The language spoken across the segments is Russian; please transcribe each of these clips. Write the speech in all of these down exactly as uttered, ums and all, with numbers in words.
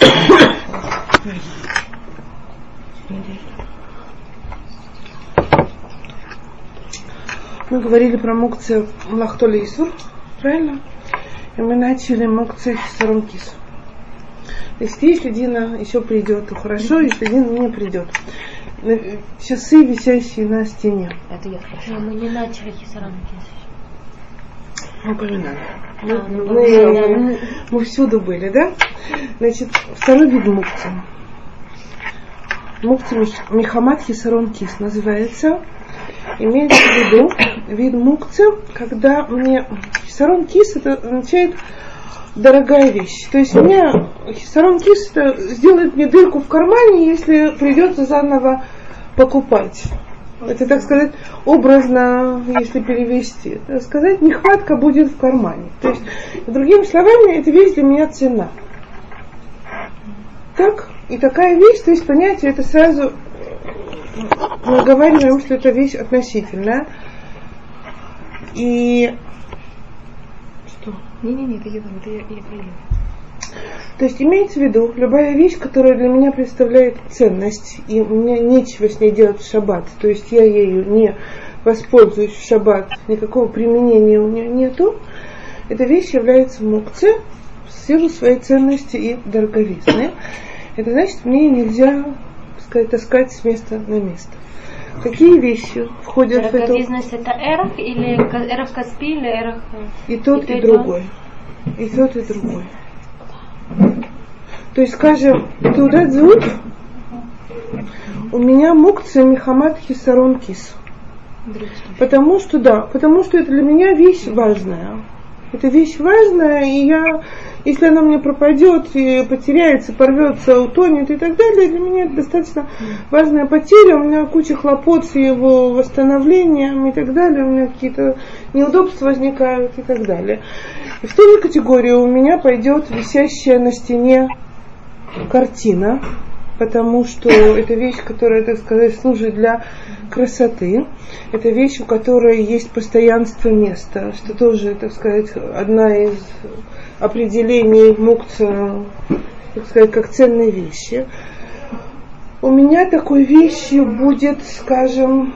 Мы говорили про мукцию Лахтоли Исур, правильно? И мы начали мукцию Хисарон Кис. Если Дина еще придет, то хорошо, если Дина не придет. Часы, висящие на стене. Это я спрашиваю. Мы не начали Хисарон Кис. Мы упоминали. Мы, а, мы, мы, мы, мы всюду были, да? Значит, второй вид мукции. Мукция Михамад Хисарон Кис называется. Имеется в виду вид мукции, когда мне Хисарон Кис это означает дорогая вещь. То есть у меня Хисарон Кис это сделает мне дырку в кармане, если придется заново покупать. Это, так сказать, образно, если перевести. Так сказать, нехватка будет в кармане. То есть, другими словами, эта вещь для меня цена. Так? И такая вещь, то есть понятие, это сразу мы говорим, что это вещь относительная. И что? Не-не-не, это я, это я, я про То есть имеется в виду любая вещь, которая для меня представляет ценность, и мне нечего с ней делать в шаббат, то есть я ею не воспользуюсь в шаббат, никакого применения у нее нету, эта вещь является мукце в силу своей ценности и дороговизны. Это значит, мне нельзя, так сказать, таскать с места на место. Какие вещи входят в эту... Дороговизность это эрах или эрах Каспи или эрах... И тот, и, и другой. И тот, и другой. То есть, скажем, Тудат Зут, у меня мукция Михамад Хисарон Кис. Потому что, да, потому что это для меня вещь важная. Это вещь важная, и я, если она мне пропадет, и потеряется, порвется, утонет и так далее, для меня это достаточно важная потеря. У меня куча хлопот с его восстановлением и так далее, у меня какие-то неудобства возникают и так далее. И в ту же категорию у меня пойдет висящая на стене картина, потому что это вещь, которая, так сказать, служит для красоты. Это вещь, у которой есть постоянство места, что тоже, так сказать, одна из определений мукца, так сказать, как ценной вещи. У меня такой вещью будет, скажем,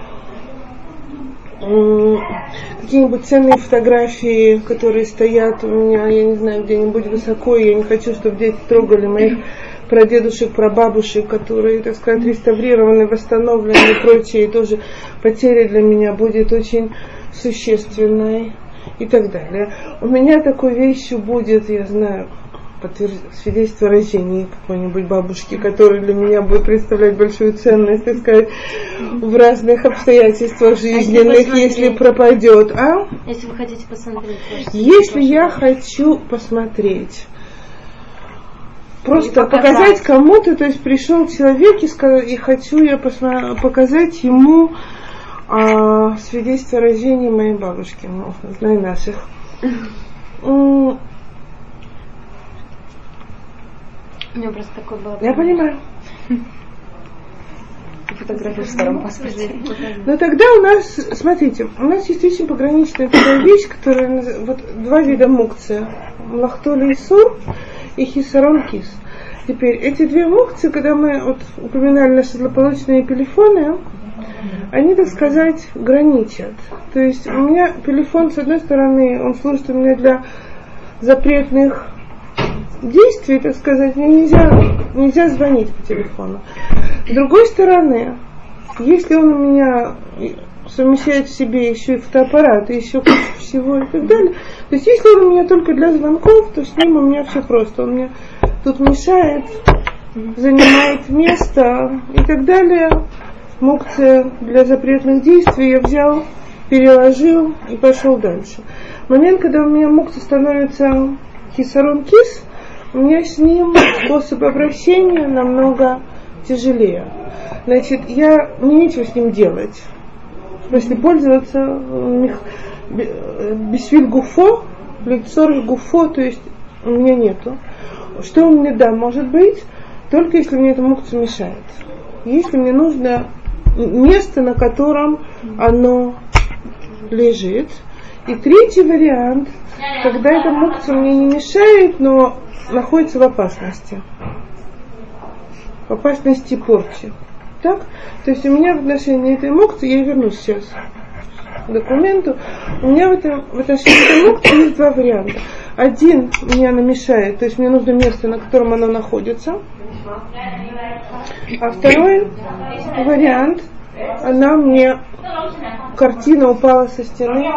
какие-нибудь ценные фотографии, которые стоят у меня, я не знаю, где-нибудь высоко, и я не хочу, чтобы дети трогали моих прадедушек, прабабушек, которые, так сказать, реставрированы, восстановлены и прочее, и тоже потеря для меня будет очень существенной и так далее. У меня такой вещью будет, я знаю, подтверд... свидетельство о рождении какой-нибудь бабушки, которая для меня будет представлять большую ценность, так сказать, в разных обстоятельствах жизненных, а если, если пропадет. А? Если вы хотите посмотреть. Если я хочу посмотреть, просто показать. показать кому-то, то есть пришел человек и, сказал, и хочу я посма- показать ему а, свидетельство о рождении моей бабушки, ну, знай наших. У меня просто такое было. Я понимаю. Фотографию в старом паспорте. Но тогда у нас, смотрите, у нас есть очень пограничная такая вещь, которая, вот два вида мукция. Лахтоли Исур и Хисарон Кис. Теперь, эти две мукции, когда мы вот упоминали наши злополучные пелефоны, они, так сказать, граничат. То есть у меня пелефон, с одной стороны, он служит у меня для запретных действий, так сказать, мне нельзя, нельзя звонить по телефону. С другой стороны, если он у меня совмещает в себе еще и фотоаппарат, и еще кучу всего и так далее, то есть если он у меня только для звонков, то с ним у меня все просто. Он мне тут мешает, занимает место и так далее. Мукция для запретных действий я взял, переложил и пошел дальше. В момент, когда у меня мукция становится Хисарон Кис, у меня с ним способ обращения намного тяжелее. Значит, я мне нечего с ним делать. Если пользоваться бисвиль гуфо, лицор гуфо, то есть у меня нету. Что у меня, да, может быть, только если мне эта мукция мешает. Если мне нужно место, на котором оно лежит. И третий вариант, когда эта мукция мне не мешает, но находится в опасности. опасности порчи. Так? То есть у меня в отношении этой мукцы, я вернусь сейчас к документу, у меня в, этом, в отношении этой мукцы есть два варианта. Один меня намешает, то есть мне нужно место, на котором оно находится. А второй вариант, она мне, картина упала со стены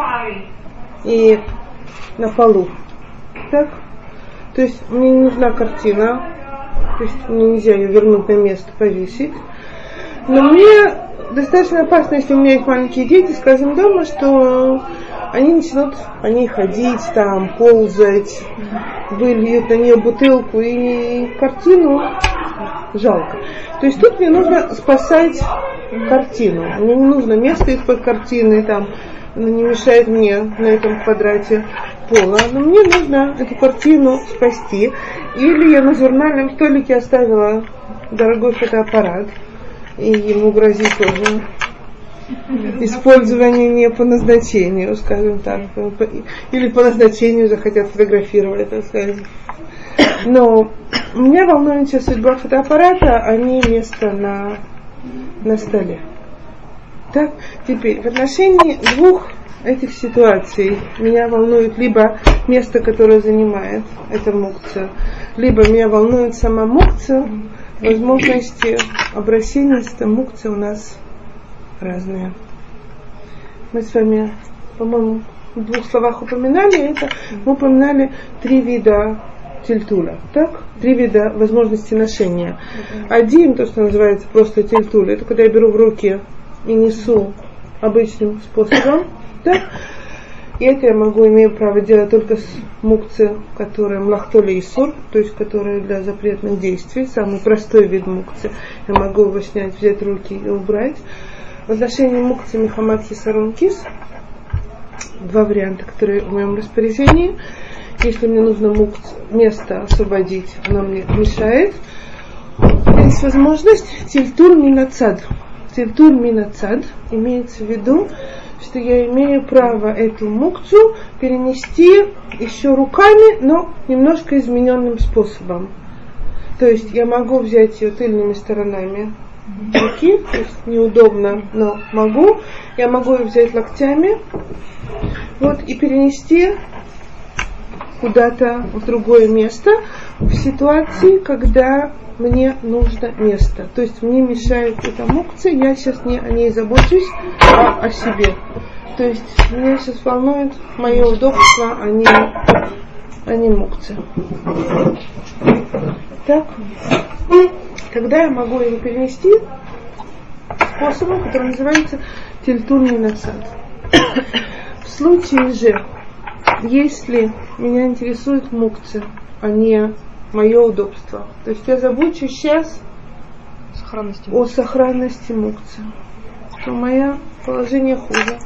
и на полу. Так? То есть мне не нужна картина, то есть мне нельзя ее вернуть на место, повесить. Но мне достаточно опасно, если у меня есть маленькие дети, скажем, дома, что они начнут по ней ходить, там, ползать, выльют на нее бутылку и картину жалко. То есть тут мне нужно спасать картину. Мне не нужно место из-под картины, там, она не мешает мне на этом квадрате пола. Но мне нужно эту картину спасти. Или я на журнальном столике оставила дорогой фотоаппарат, и ему грозит тоже использование не по назначению, скажем так, или по назначению захотят фотографировать, так сказать. Но меня волнует сейчас судьба фотоаппарата, а не место на, на столе. Так, теперь в отношении двух этих ситуаций меня волнует либо место, которое занимает эта мукция, либо меня волнует сама мукция. Возможности обращения с этой мукцией у нас разные. Мы с вами, по-моему, в двух словах упоминали это. Мы упоминали три вида тильтуля. Так? Три вида возможности ношения. Один, то, что называется просто тильтуль, это когда я беру в руки и несу обычным способом. Так? И это я могу, имею право делать только с мукцией, которая млахтоли исур, то есть которая для запретных действий, самый простой вид мукции. Я могу его снять, взять руки и убрать. В отношении мукции михамат хисарон кис два варианта, которые в моем распоряжении. Если мне нужно мукц, место освободить, оно мне мешает. Есть возможность тильтуль минацад. Тильтуль минацад имеется в виду, что я имею право эту мукцию перенести еще руками, но немножко измененным способом. То есть я могу взять ее тыльными сторонами руки, то есть неудобно, но могу. Я могу ее взять локтями, вот, и перенести куда-то в другое место в ситуации, когда мне нужно место. То есть мне мешает эта мукция, я сейчас не о ней забочусь, а о себе. То есть меня сейчас волнует мое удобство, а не, а не мукция. Так. Тогда я могу его перенести способом, который называется тильтуль минацад. В случае же, если меня интересует мукция, а не мое удобство. То есть я забочусь сейчас сохранности о сохранности мукции. То мое положение хуже.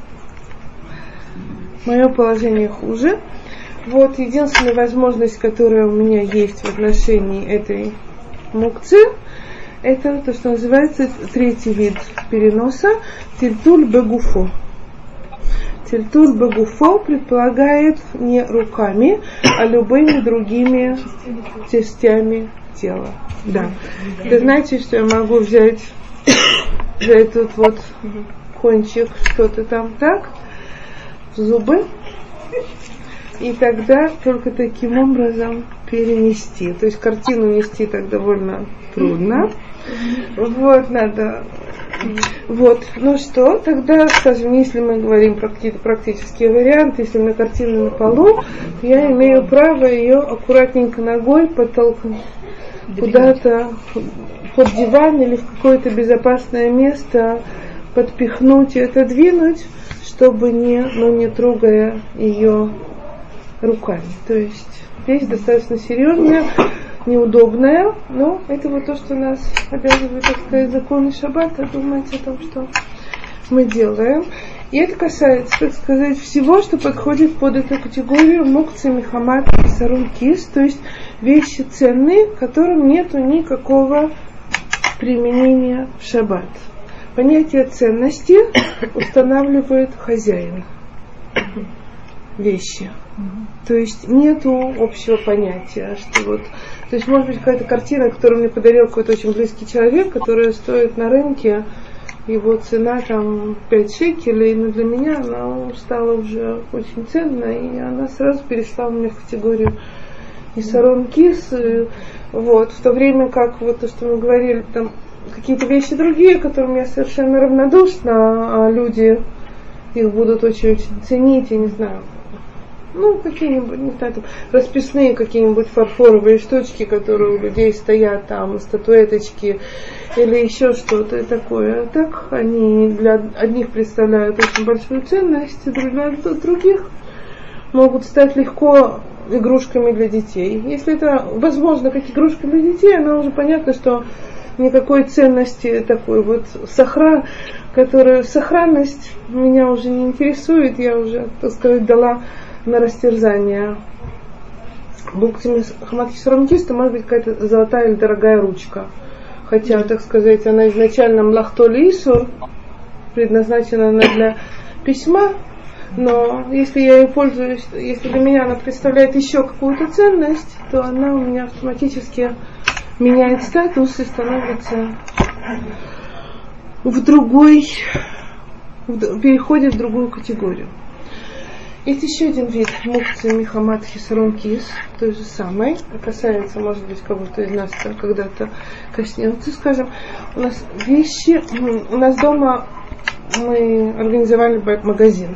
Мое положение хуже. Вот единственная возможность, которая у меня есть в отношении этой мукции, это то, что называется третий вид переноса тильтуль бегуфо. Тильтуль бегуфо предполагает не руками, а любыми другими частями тела. Да. Это значит, что я могу взять за этот вот кончик что-то там так, зубы, и тогда только таким образом перенести. То есть картину нести так довольно трудно. Вот, надо. Вот, ну что, тогда, скажем, если мы говорим про какие-то практические варианты, если у меня картина на полу, я имею право ее аккуратненько ногой подтолкнуть куда-то под диван или в какое-то безопасное место, подпихнуть и отодвинуть, чтобы не, ну, не трогая ее руками. То есть вещь достаточно серьезная, неудобная, но это вот то, что нас обязывает, так сказать, законы шаббата, думать о том, что мы делаем. И это касается, так сказать, всего, что подходит под эту категорию мукции михамат хисарон кис, то есть вещи ценные, которым нету никакого применения в шаббат. Понятие ценности устанавливает хозяин вещи. То есть нету общего понятия, что вот То есть, может быть, какая-то картина, которую мне подарил какой-то очень близкий человек, которая стоит на рынке, его цена там пять шекелей, но для меня она стала уже очень ценной, и она сразу перешла у меня в категорию Хисарон Кис. Вот, в то время как вот то, что мы говорили, там какие-то вещи другие, которым я совершенно равнодушна, а люди их будут очень-очень ценить, я не знаю. Ну, какие-нибудь, не знаю, там, расписные какие-нибудь фарфоровые штучки, которые у людей стоят, там, статуэточки или еще что-то такое. Так они для одних представляют очень большую ценность, для других могут стать легко игрушками для детей. Если это возможно как игрушка для детей, она уже понятно, что никакой ценности такой вот сохран, которая сохранность меня уже не интересует, я уже, так сказать, дала на растерзание. Буквами Хамат Хисарон Кис, это может быть какая-то золотая или дорогая ручка. Хотя, так сказать, она изначально млахто лисур, предназначена она для письма, но если я ей пользуюсь, если для меня она представляет еще какую-то ценность, то она у меня автоматически меняет статус и становится в другой, в, переходит в другую категорию. Есть еще один вид мукцы Михамад Хисарон Кис, той же самой, касается, может быть, кого-то из нас когда-то коснется. Скажем, у нас вещи, у нас дома мы организовали магазин,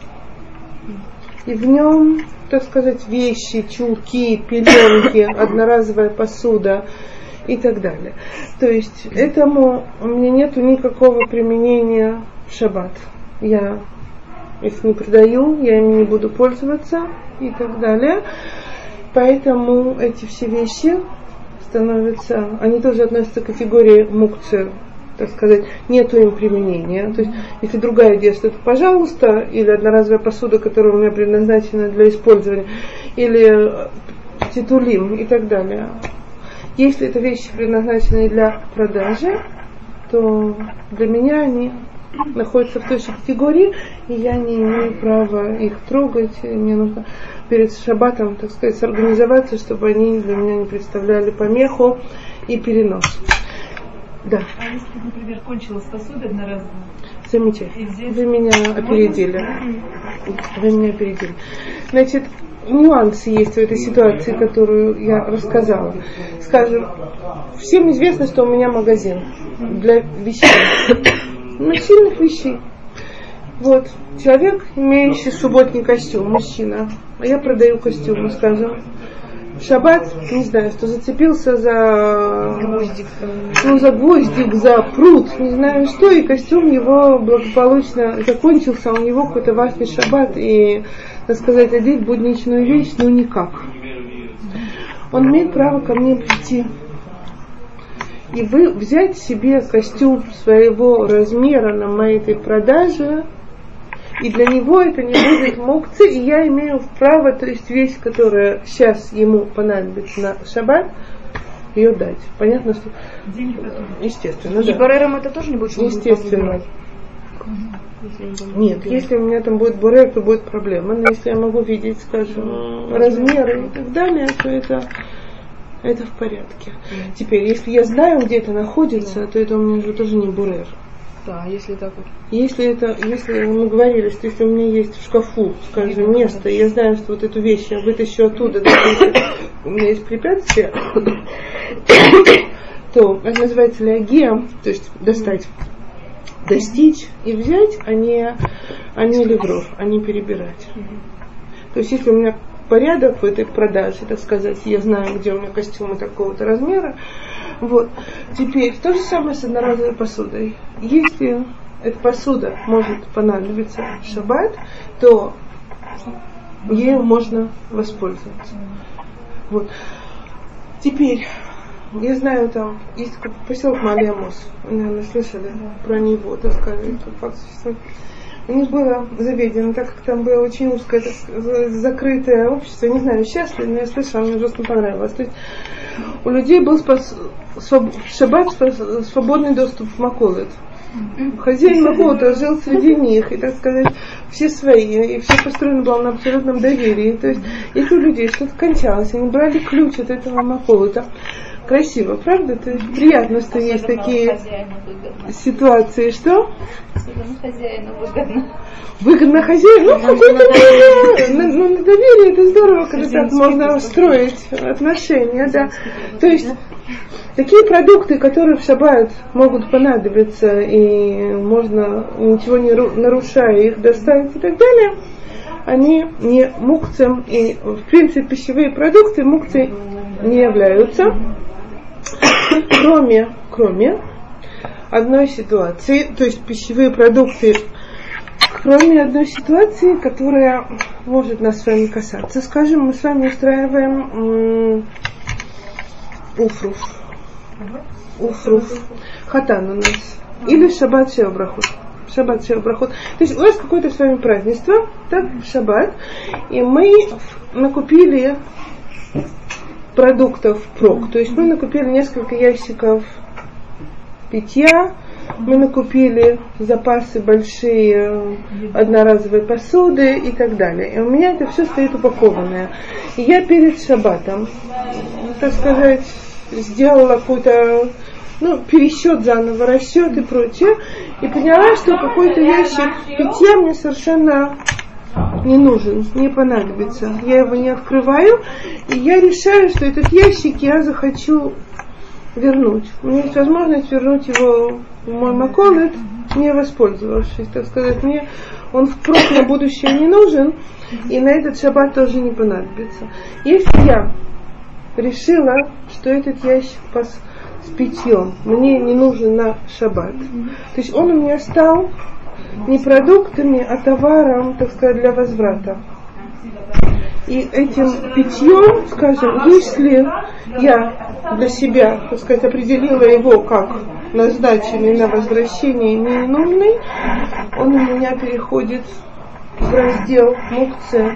и в нем, так сказать, вещи, чулки, пеленки, одноразовая посуда и так далее. То есть этому у меня нету никакого применения в шаббат. Я их не продаю, я ими не буду пользоваться и так далее. Поэтому эти все вещи становятся, они тоже относятся к категории мукцы, так сказать, нету им применения. То есть, если другая одежда, то пожалуйста, или одноразовая посуда, которая у меня предназначена для использования, или титулим и так далее. Если это вещи, предназначенные для продажи, то для меня они находятся в той же категории, и я не имею права их трогать. И мне нужно перед шаббатом, так сказать, сорганизоваться, чтобы они для меня не представляли помеху и перенос. Да. А если, например, кончилась посуда одноразовая? Замечательно. Вы меня опередили. Вы меня опередили. Значит, нюансы есть в этой ситуации, которую я рассказала. Скажем, всем известно, что у меня магазин для вещей. Насильных вещей. Вот, человек, имеющий субботний костюм, мужчина, а я продаю костюмы, скажем. В шаббат, не знаю, что зацепился за гвоздик, ну, за гвоздик, за пруд, не знаю что, и костюм его благополучно закончился, у него какой-то важный шаббат, и, так сказать, одеть будничную вещь, ну никак. Он имеет право ко мне прийти. И вы взять себе костюм своего размера на моей этой продаже, и для него это не будет мукцы, и я имею право, то есть вещь, которая сейчас ему понадобится на шаббат, ее дать. Понятно, что... Деньги потом. Естественно, И да. барером это тоже не будет, что Естественно. Нет, если у меня там будет бурер, то будет проблема. Но если я могу видеть, скажем, размеры и так далее, то это... Это в порядке. Mm. Теперь, если я знаю, где это находится, mm. то это у меня уже тоже не бурер. Да, если так вот. Если это, если мы говорили, что если у меня есть в шкафу, скажем, место, и я знаю, что вот эту вещь я вытащу оттуда, даже если у меня есть препятствие, то это называется леагия, то есть достать, достичь и взять, а не, а не левров, а не перебирать. То есть, если у меня порядок в этой продаже, так сказать, я знаю, где у меня костюмы такого-то размера. Вот. Теперь то же самое с одноразовой посудой. Если эта посуда может понадобиться в шаббат, то ею можно воспользоваться. Вот. Теперь, я знаю, там есть поселок Малиамос, вы, наверное, слышали про него, так сказать, у них было заведено, так как там было очень узкое, так, закрытое общество, не знаю, сейчас ли, но я слышала, мне ужасно понравилось. То есть у людей был спас, своб, в шаббат свободный доступ в Маколет. Хозяин Маколета жил среди них, и, так сказать, все свои, и все построено было на абсолютном доверии. То есть, если у людей что-то кончалось, они брали ключ от этого маколота. Красиво, правда? То есть приятно, что есть такие ситуации. Что? Хозяину выгодно. Выгодно хозяину? Ну, какой-то мере, на, ну, на доверие это здорово, когда так можно строить отношения, да. То есть такие продукты, которые в шаббат могут понадобиться, и можно, ничего не нарушая, их доставить и так далее, они не мукцем, и в принципе пищевые продукты мукцей не являются, кроме, кроме одной ситуации, то есть пищевые продукты, кроме одной ситуации, которая может нас с вами касаться. Скажем, мы с вами устраиваем м- уфруф, уфруф, хатан у нас, или шаббат шеобрахот. Шаббат шеобрахот. То есть у нас какое-то с вами празднество, так, в шаббат, и мы накупили продуктов прок. То есть мы накупили несколько ящиков питья, мы накупили запасы большие одноразовой посуды и так далее. И у меня это все стоит упакованное. И я перед шаббатом, так сказать, сделала какой-то, ну, пересчет заново, расчет и прочее, и поняла, что какой-то ящик питья мне совершенно не нужен, не понадобится. Я его не открываю, и я решаю, что этот ящик я захочу вернуть. У меня есть возможность вернуть его в мой маколет, не воспользовавшись, так сказать. Мне он впрок на будущее не нужен, и на этот шаббат тоже не понадобится. Если я решила, что этот ящик пос с питьем мне не нужен на шаббат, то есть он у меня стал не продуктами, а товаром, так сказать, для возврата. И этим питьем, скажем, если я для себя, так сказать, определила его как назначенный на возвращение ненужный, он у меня переходит в раздел мукце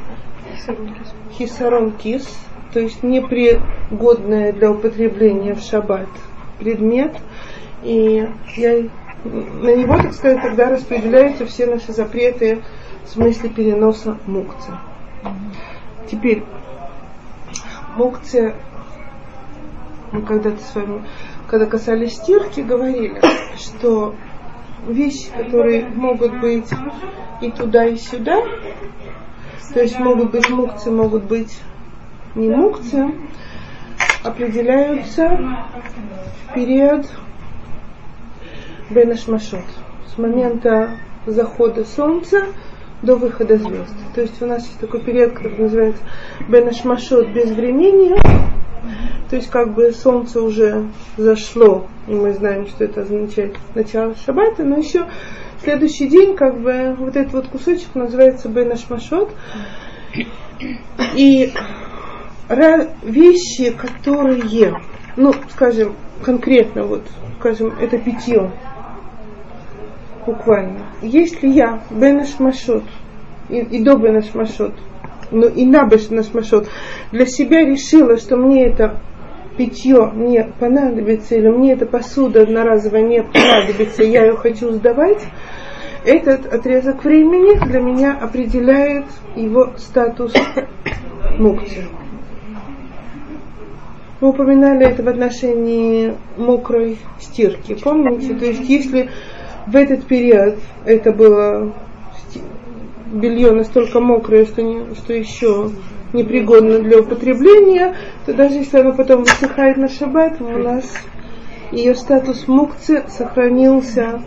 хисарон кис, то есть непригодное для употребления в шаббат предмет, и я на него, так сказать, тогда распределяются все наши запреты в смысле переноса мукцы. Теперь, мукция, мы когда-то с вами, когда касались стирки, говорили, что вещи, которые могут быть и туда, и сюда, то есть могут быть мукцы, могут быть не мукцы, определяются в период бен ашмашот, с момента захода солнца до выхода звезд. То есть у нас есть такой период, который называется бен ашмашот, безвременье. То есть как бы солнце уже зашло, и мы знаем, что это означает начало шаббата, но еще следующий день, как бы вот этот вот кусочек называется бен ашмашот. И вещи, которые, ну, скажем, конкретно вот, скажем, это питье, буквально. Если я бен ашмашот и, и до бен ашмашот, ну и на бен ашмашот для себя решила, что мне это питье не понадобится, или мне эта посуда одноразовая не понадобится, я ее хочу сдавать, этот отрезок времени для меня определяет его статус мукцы. Мы упоминали это в отношении мокрой стирки, помните? То есть если в этот период это было белье настолько мокрое, что, не, что еще непригодно для употребления, то даже если оно потом высыхает на шаббат, у нас ее статус мукцы сохранился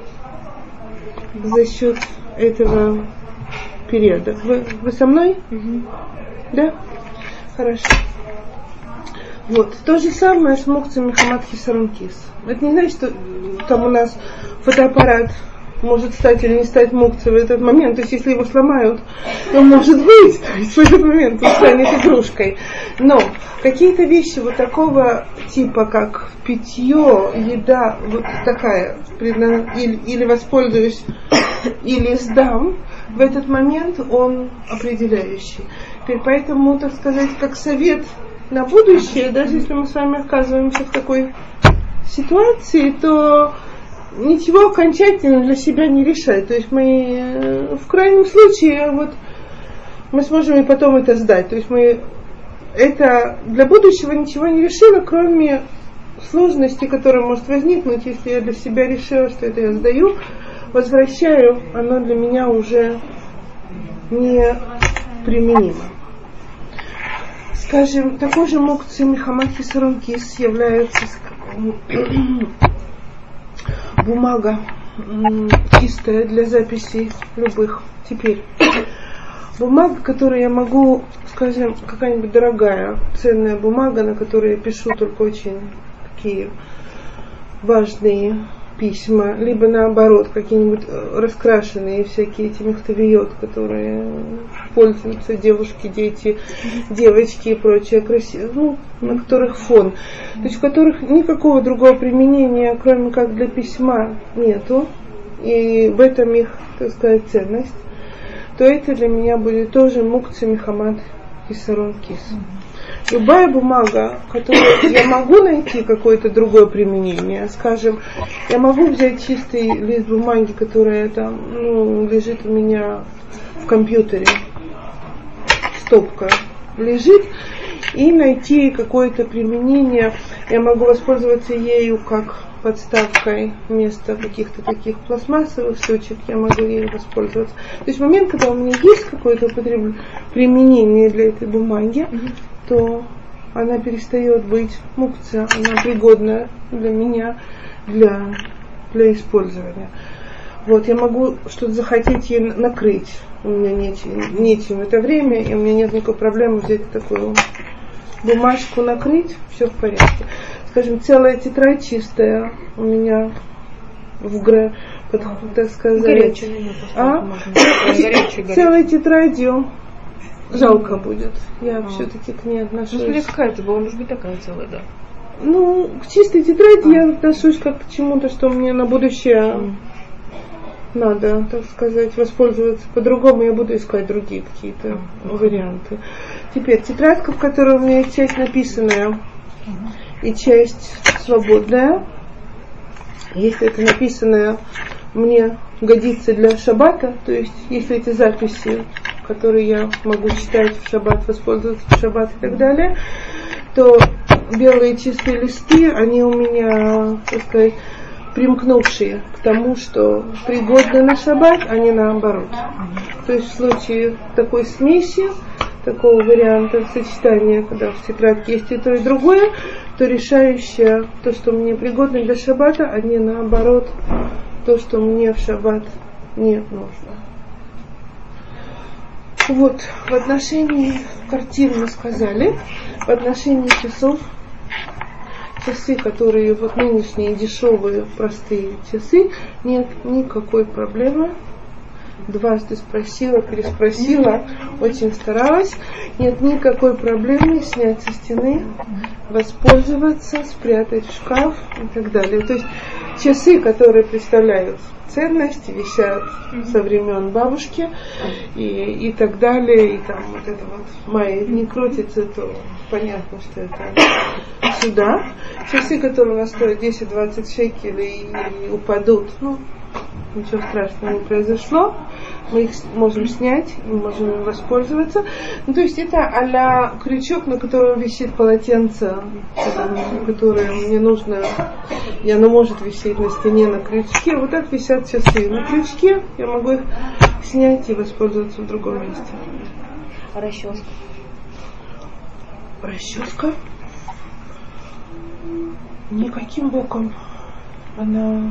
за счет этого периода. Вы, вы со мной? Mm-hmm. Да? Хорошо. Вот. То же самое с мукцами хамат хисарон кис. Это не значит, что там у нас фотоаппарат может стать или не стать мукцей в этот момент. То есть, если его сломают, то может быть, в этот момент он станет игрушкой. Но какие-то вещи вот такого типа, как питье, еда, вот такая, или, или воспользуюсь, или сдам, в этот момент он определяющий. Теперь, поэтому, так сказать, как совет на будущее, даже если мы с вами оказываемся в такой ситуации, то ничего окончательно для себя не решать. То есть мы в крайнем случае вот мы сможем и потом это сдать. То есть мы это для будущего ничего не решила, кроме сложности, которая может возникнуть, если я для себя решила, что это я сдаю, возвращаю, оно для меня уже не применимо. Скажем, такой же мукция Мехамад Хисарон Кис является бумага чистая для записей любых. Теперь бумага, которую я могу, скажем, какая-нибудь дорогая, ценная бумага, на которой я пишу только очень такие важные письма, либо наоборот, какие-нибудь раскрашенные всякие эти мехтавиот, которые пользуются девушки, дети, девочки и прочее, красивые, ну, на которых фон, то есть в которых никакого другого применения, кроме как для письма, нету, и в этом их, так сказать, ценность, то это для меня будет тоже мукция Мехамад Хисарон Кис. Любая бумага, которую я могу найти какое-то другое применение, скажем, я могу взять чистый лист бумаги, который там, ну, лежит у меня в компьютере, стопка лежит, и найти какое-то применение. Я могу воспользоваться ею как подставкой вместо каких-то таких пластмассовых штучек, я могу ею воспользоваться. То есть в момент, когда у меня есть какое-то употреб... применение для этой бумаги, то она перестает быть мукция, она пригодна для меня, для, для использования. Вот, я могу что-то захотеть ей накрыть, у меня нечем, нечем в это время, и у меня нет никакой проблемы взять такую бумажку, накрыть, все в порядке. Скажем, целая тетрадь чистая у меня в гре, так сказать. Горячую, а? Целой тетрадью жалко будет. Я а. все-таки к ней отношусь. Ну, смотри, какая-то была, может быть, такая целая, да. Ну, к чистой тетради а. я отношусь как к чему-то, что мне на будущее а. надо, так сказать, воспользоваться. По-другому я буду искать другие какие-то а. варианты. Теперь тетрадка, в которой у меня есть часть написанная а. и часть свободная. Если это написанное мне годится для шаббата, то есть если эти записи, которые я могу читать в шаббат, воспользоваться в шаббат и так далее, то белые чистые листы, они у меня, так сказать, примкнувшие к тому, что пригодны на шаббат, а не наоборот. То есть в случае такой смеси, такого варианта сочетания, когда в тетрадке есть и то, и другое, то решающее то, что мне пригодно для шаббата, а не наоборот то, что мне в шаббат не нужно. Вот, в отношении картин мы сказали, в отношении часов, часы, которые вот нынешние дешевые, простые часы, нет никакой проблемы. Дважды спросила, переспросила, очень старалась. Нет никакой проблемы снять со стены, воспользоваться, спрятать в шкаф и так далее. То есть часы, которые представляют ценность, висят со времен бабушки и, и так далее. И там вот это вот майя не крутится, то понятно, что это сюда. Часы, которые у нас стоят десять-двадцать шекелей и, и упадут, ну, ничего страшного не произошло, мы их можем снять, мы можем им воспользоваться. Ну, то есть это а-ля крючок, на котором висит полотенце, которое мне нужно, и оно может висеть на стене на крючке. Вот так висят часы на крючке, я могу их снять и воспользоваться в другом месте. А расческа? Расческа? Никаким боком. Она...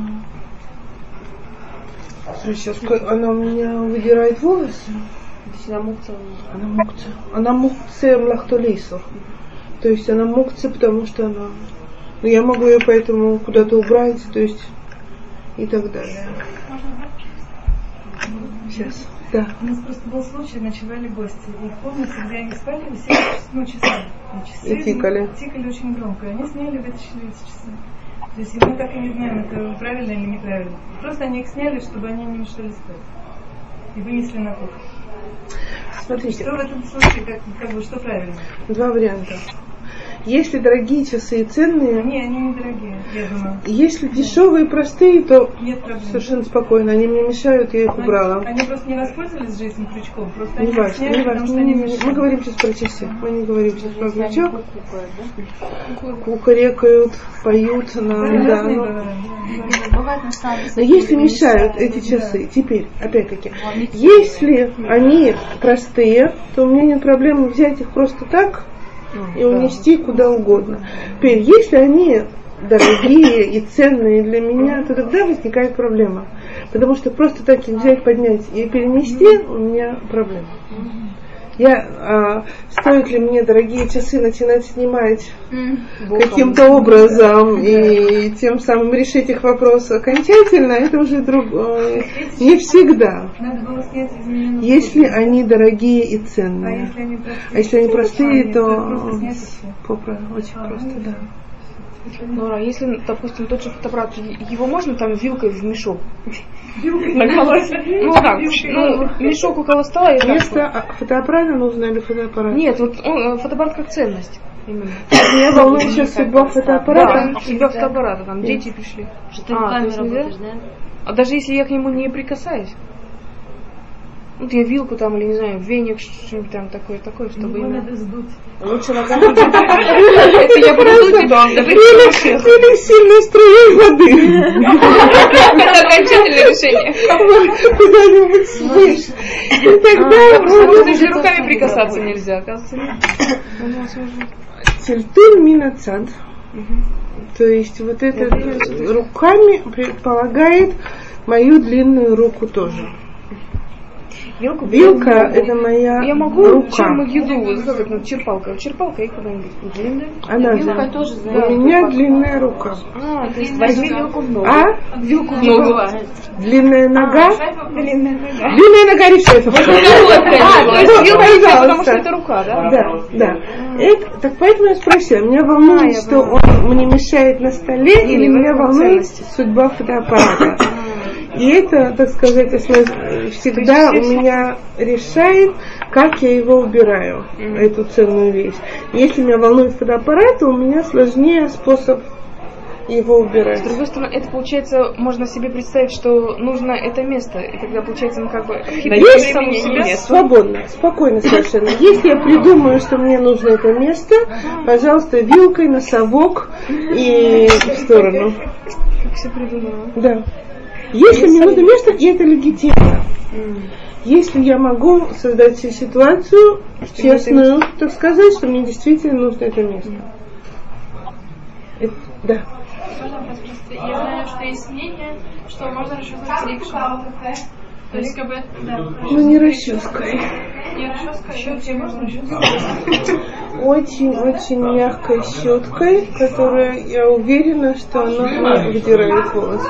Расческа, она у меня выдирает волосы. Она мукция. Она мукция. Она мукция млахтолейсов. То есть она мукция, потому что она... Ну, я могу ее поэтому куда-то убрать, то есть и так далее. Сейчас. Да. У нас просто был случай, ночевали гости. И в комнате, где они спали, висели ну, часы. часы. И тикали. Тикали очень громко. И они сняли, вытащили эти часы. То есть мы так и не знаем, это правильно или неправильно. Просто они их сняли, чтобы они не мешали спать. И вынесли на кухню. Смотрите. Что в этом случае, как, как бы, что правильно? Два варианта. Если дорогие часы и ценные... Не, они не дорогие, я думаю. Если дешевые и простые, то Нет проблем. совершенно спокойно. Они мне мешают, я их убрала. Они, они просто не воспользовались же этим крючком. Просто Не они важно, сняли, не потому важно. что Не, они не, не. мешают. Мы говорим сейчас про часы. Мы не говорим сейчас про Если они крючок. кукукают, да? Кукарекают, поют нам, да. Разные но- бывают, да. Бывает на станции. Но если мешают эти часы, теперь, опять-таки, если они простые, то у меня нет проблемы взять их просто так и унести куда угодно. Теперь, если они дорогие и ценные для меня, то тогда возникает проблема. Потому что просто так их взять, поднять и перенести, у меня проблема. Я, а, стоит ли мне дорогие часы начинать снимать каким-то образом и тем самым решить их вопрос окончательно, это уже друг, э, не всегда. Надо было снять измененную Если они дорогие и А ценные. если они простые? А если они простые, нет, то просто снять и всё. попро- очень просто, да. Ну, а если, допустим, тот же фотоаппарат, его можно там вилкой в мешок? Наколоть? Ну, так, ну, мешок около стола и так вот. Вместо а, фотоаппарата нужно или фотоаппарат? Нет, вот он, э, фотоаппарат как ценность. Именно. Меня волнует сейчас судьба фотоаппарата. Да, себя фотоаппарата, там дети пришли. Что ты А, руками то есть нельзя? работаешь, да? А даже если я к нему не прикасаюсь? Вот я вилку там, или не знаю, веник, что-нибудь там такое, такое, чтобы Его именно... надо сдуть. Лучше на компьютере. Это я буду думать, да. Или, или сильной струей воды. Это окончательное решение. Куда-нибудь свыше. И тогда Потому можно... что руками прикасаться нельзя, оказывается. нет. Тильтуль минацад. То есть вот это руками предполагает мою длинную руку тоже. Вилку Вилка — это моя Я могу рука. чем еду, вот как это, черпалка, черпалка и куда-нибудь длинная. Она Вилка же. тоже, У меня длинная рука. А, то есть возьми вилку в ногу. А? Вилку в Не ногу. бывает. Длинная нога? Длинная нога. Длинная нога решает. А, то есть вилка Пожалуйста. есть, потому что это рука, да? Да, да. Это, так поэтому я спросила. Меня волнует, А, я что он мне мешает на столе, или, Или в меня этом волнует ценность. судьба фотоаппарата. И это, так сказать, основ- всегда у меня решает, как я его убираю, эту ценную вещь. Если меня волнует фотоаппарат, то у меня сложнее способ его убирать. С другой стороны, это получается, можно себе представить, что нужно это место. И тогда получается, ну как бы Есть саму себя. свободно, спокойно совершенно. Если я придумаю, что мне нужно это место, пожалуйста, вилкой на совок и в сторону. Как все придумала. Да. Если мне нужно место, и это легитимно. Если я могу создать себе ситуацию честную, так сказать, что мне действительно нужно это место. Это- да. Можно вопрос? Просто я знаю, что есть мнение, что можно расчесывать рикшу. То есть, как бы, да. Ну не расческой. Не расческа, Щеткой можно расчесывать? Очень-очень мягкой щеткой, которая, я уверена, что она не выдирает волосы.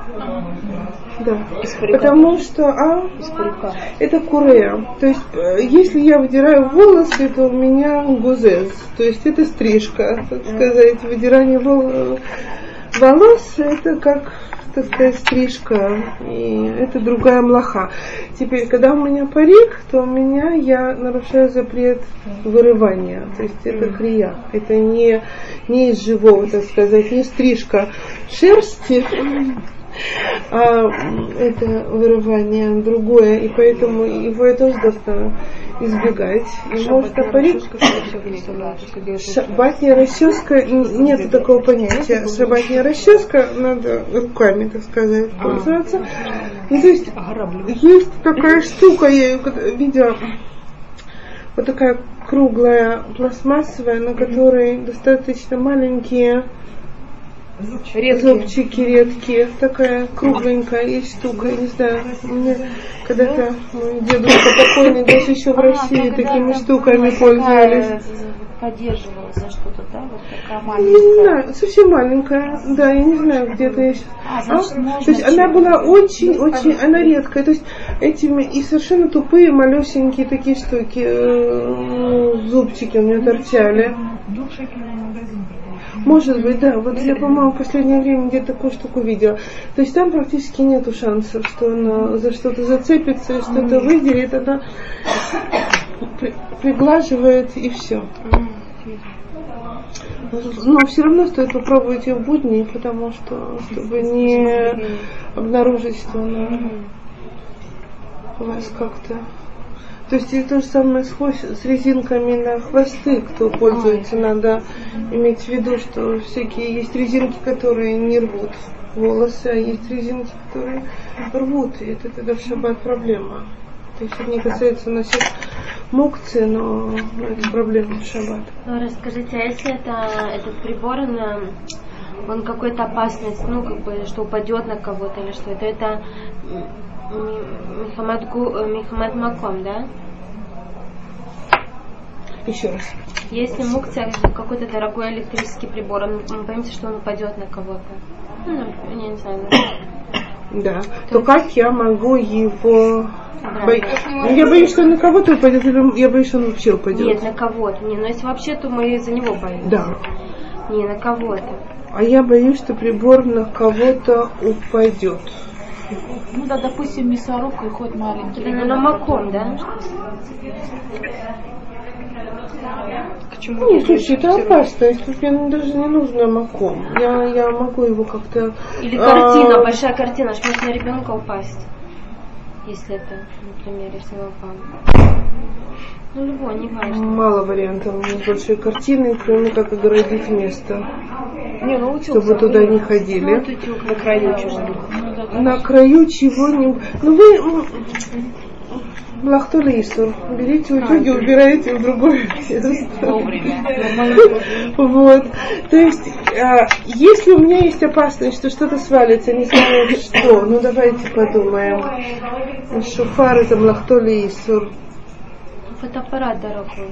Да. Потому что, а, это курея. То есть, э, если я выдираю волосы, то у меня гузез. То есть, это стрижка, так сказать. Выдирание вол- волос, это как, так сказать, стрижка. И это другая млаха. Теперь, когда у меня парик, то у меня я нарушаю запрет вырывания. То есть, это крия. Это не, не из живого, так сказать, не стрижка шерсти. А это вырывание другое, и поэтому его я тоже должна избегать. И может парик. Шабатная расческа, нет такого понятия. Шабатная расческа надо руками, так сказать, пользоваться. Ну, то есть есть такая штука, я ее видела, вот такая круглая, пластмассовая, на которой достаточно маленькие Редкие. зубчики редкие, такая кругленькая есть штука, я не знаю, мне когда-то мой дедушка покойный даже еще в России такими штуками пользовались. Поддерживала за что-то, да? Вот такая Не маленькая. знаю, совсем маленькая, да, я не знаю, где-то я сейчас. А, значит, А? можно То есть она чем-то. была очень-очень, она редкая, то есть этими и совершенно тупые, малюсенькие такие штуки, э, зубчики у меня торчали. Двухшекельный магазин. Может быть, да. Вот я, по-моему, в последнее время где-то такую штуку видела. То есть там практически нету шансов, что она за что-то зацепится и что-то выделит. Она при- приглаживает и все. Но все равно стоит попробовать ее в будни, потому что, чтобы не обнаружить, что она у вас как-то... То есть и то же самое с, хвост, с резинками на хвосты, кто пользуется, надо иметь в виду, что всякие есть резинки, которые не рвут волосы, а есть резинки, которые рвут, и это тогда в шаббат проблема. То есть это не касается носить мукцы, но это проблема в шаббат. Ну, расскажите, а если это, этот прибор, он, он какой-то опасность, ну, как бы, что упадет на кого-то или что, это, это Михамад, Михамад Маком, да? Еще раз. Если мукция какой-то дорогой электрический прибор, он, мы боимся, что он упадет на кого-то. Ну, я не знаю. Да. То, то как я могу его... Бо... Я боюсь, что он на кого-то упадет, или я боюсь, что он вообще упадет. Нет, на кого-то. Не, но если вообще, то мы за него боимся. Да. Не, на кого-то. А я боюсь, что прибор на кого-то упадет. Ну да, допустим, мясорубка и хоть маленький. Это, наверное, маком, да? К чему? Нет, слушай, это опасно. Тут мне даже не нужно маком. Я, я могу его как-то... Или картина, а... большая картина, что может на ребенка упасть. Если это, например, если он упал. Ну, любой, не важно. Мало вариантов у меня большой картины, кроме как огородить место. Не, ну, утюг, чтобы туда не ходили. Ну, утюг, на краю чего-нибудь. Ну, на краю чего-нибудь. Ну, вы... Млахтули Исур. Берите утюги, убираете в другое место. Вот. То есть, а, если у меня есть опасность, что что-то свалится, не знаю что, ну давайте подумаем. Шофар это Млахтули Исур. Фотоаппарат дорогой.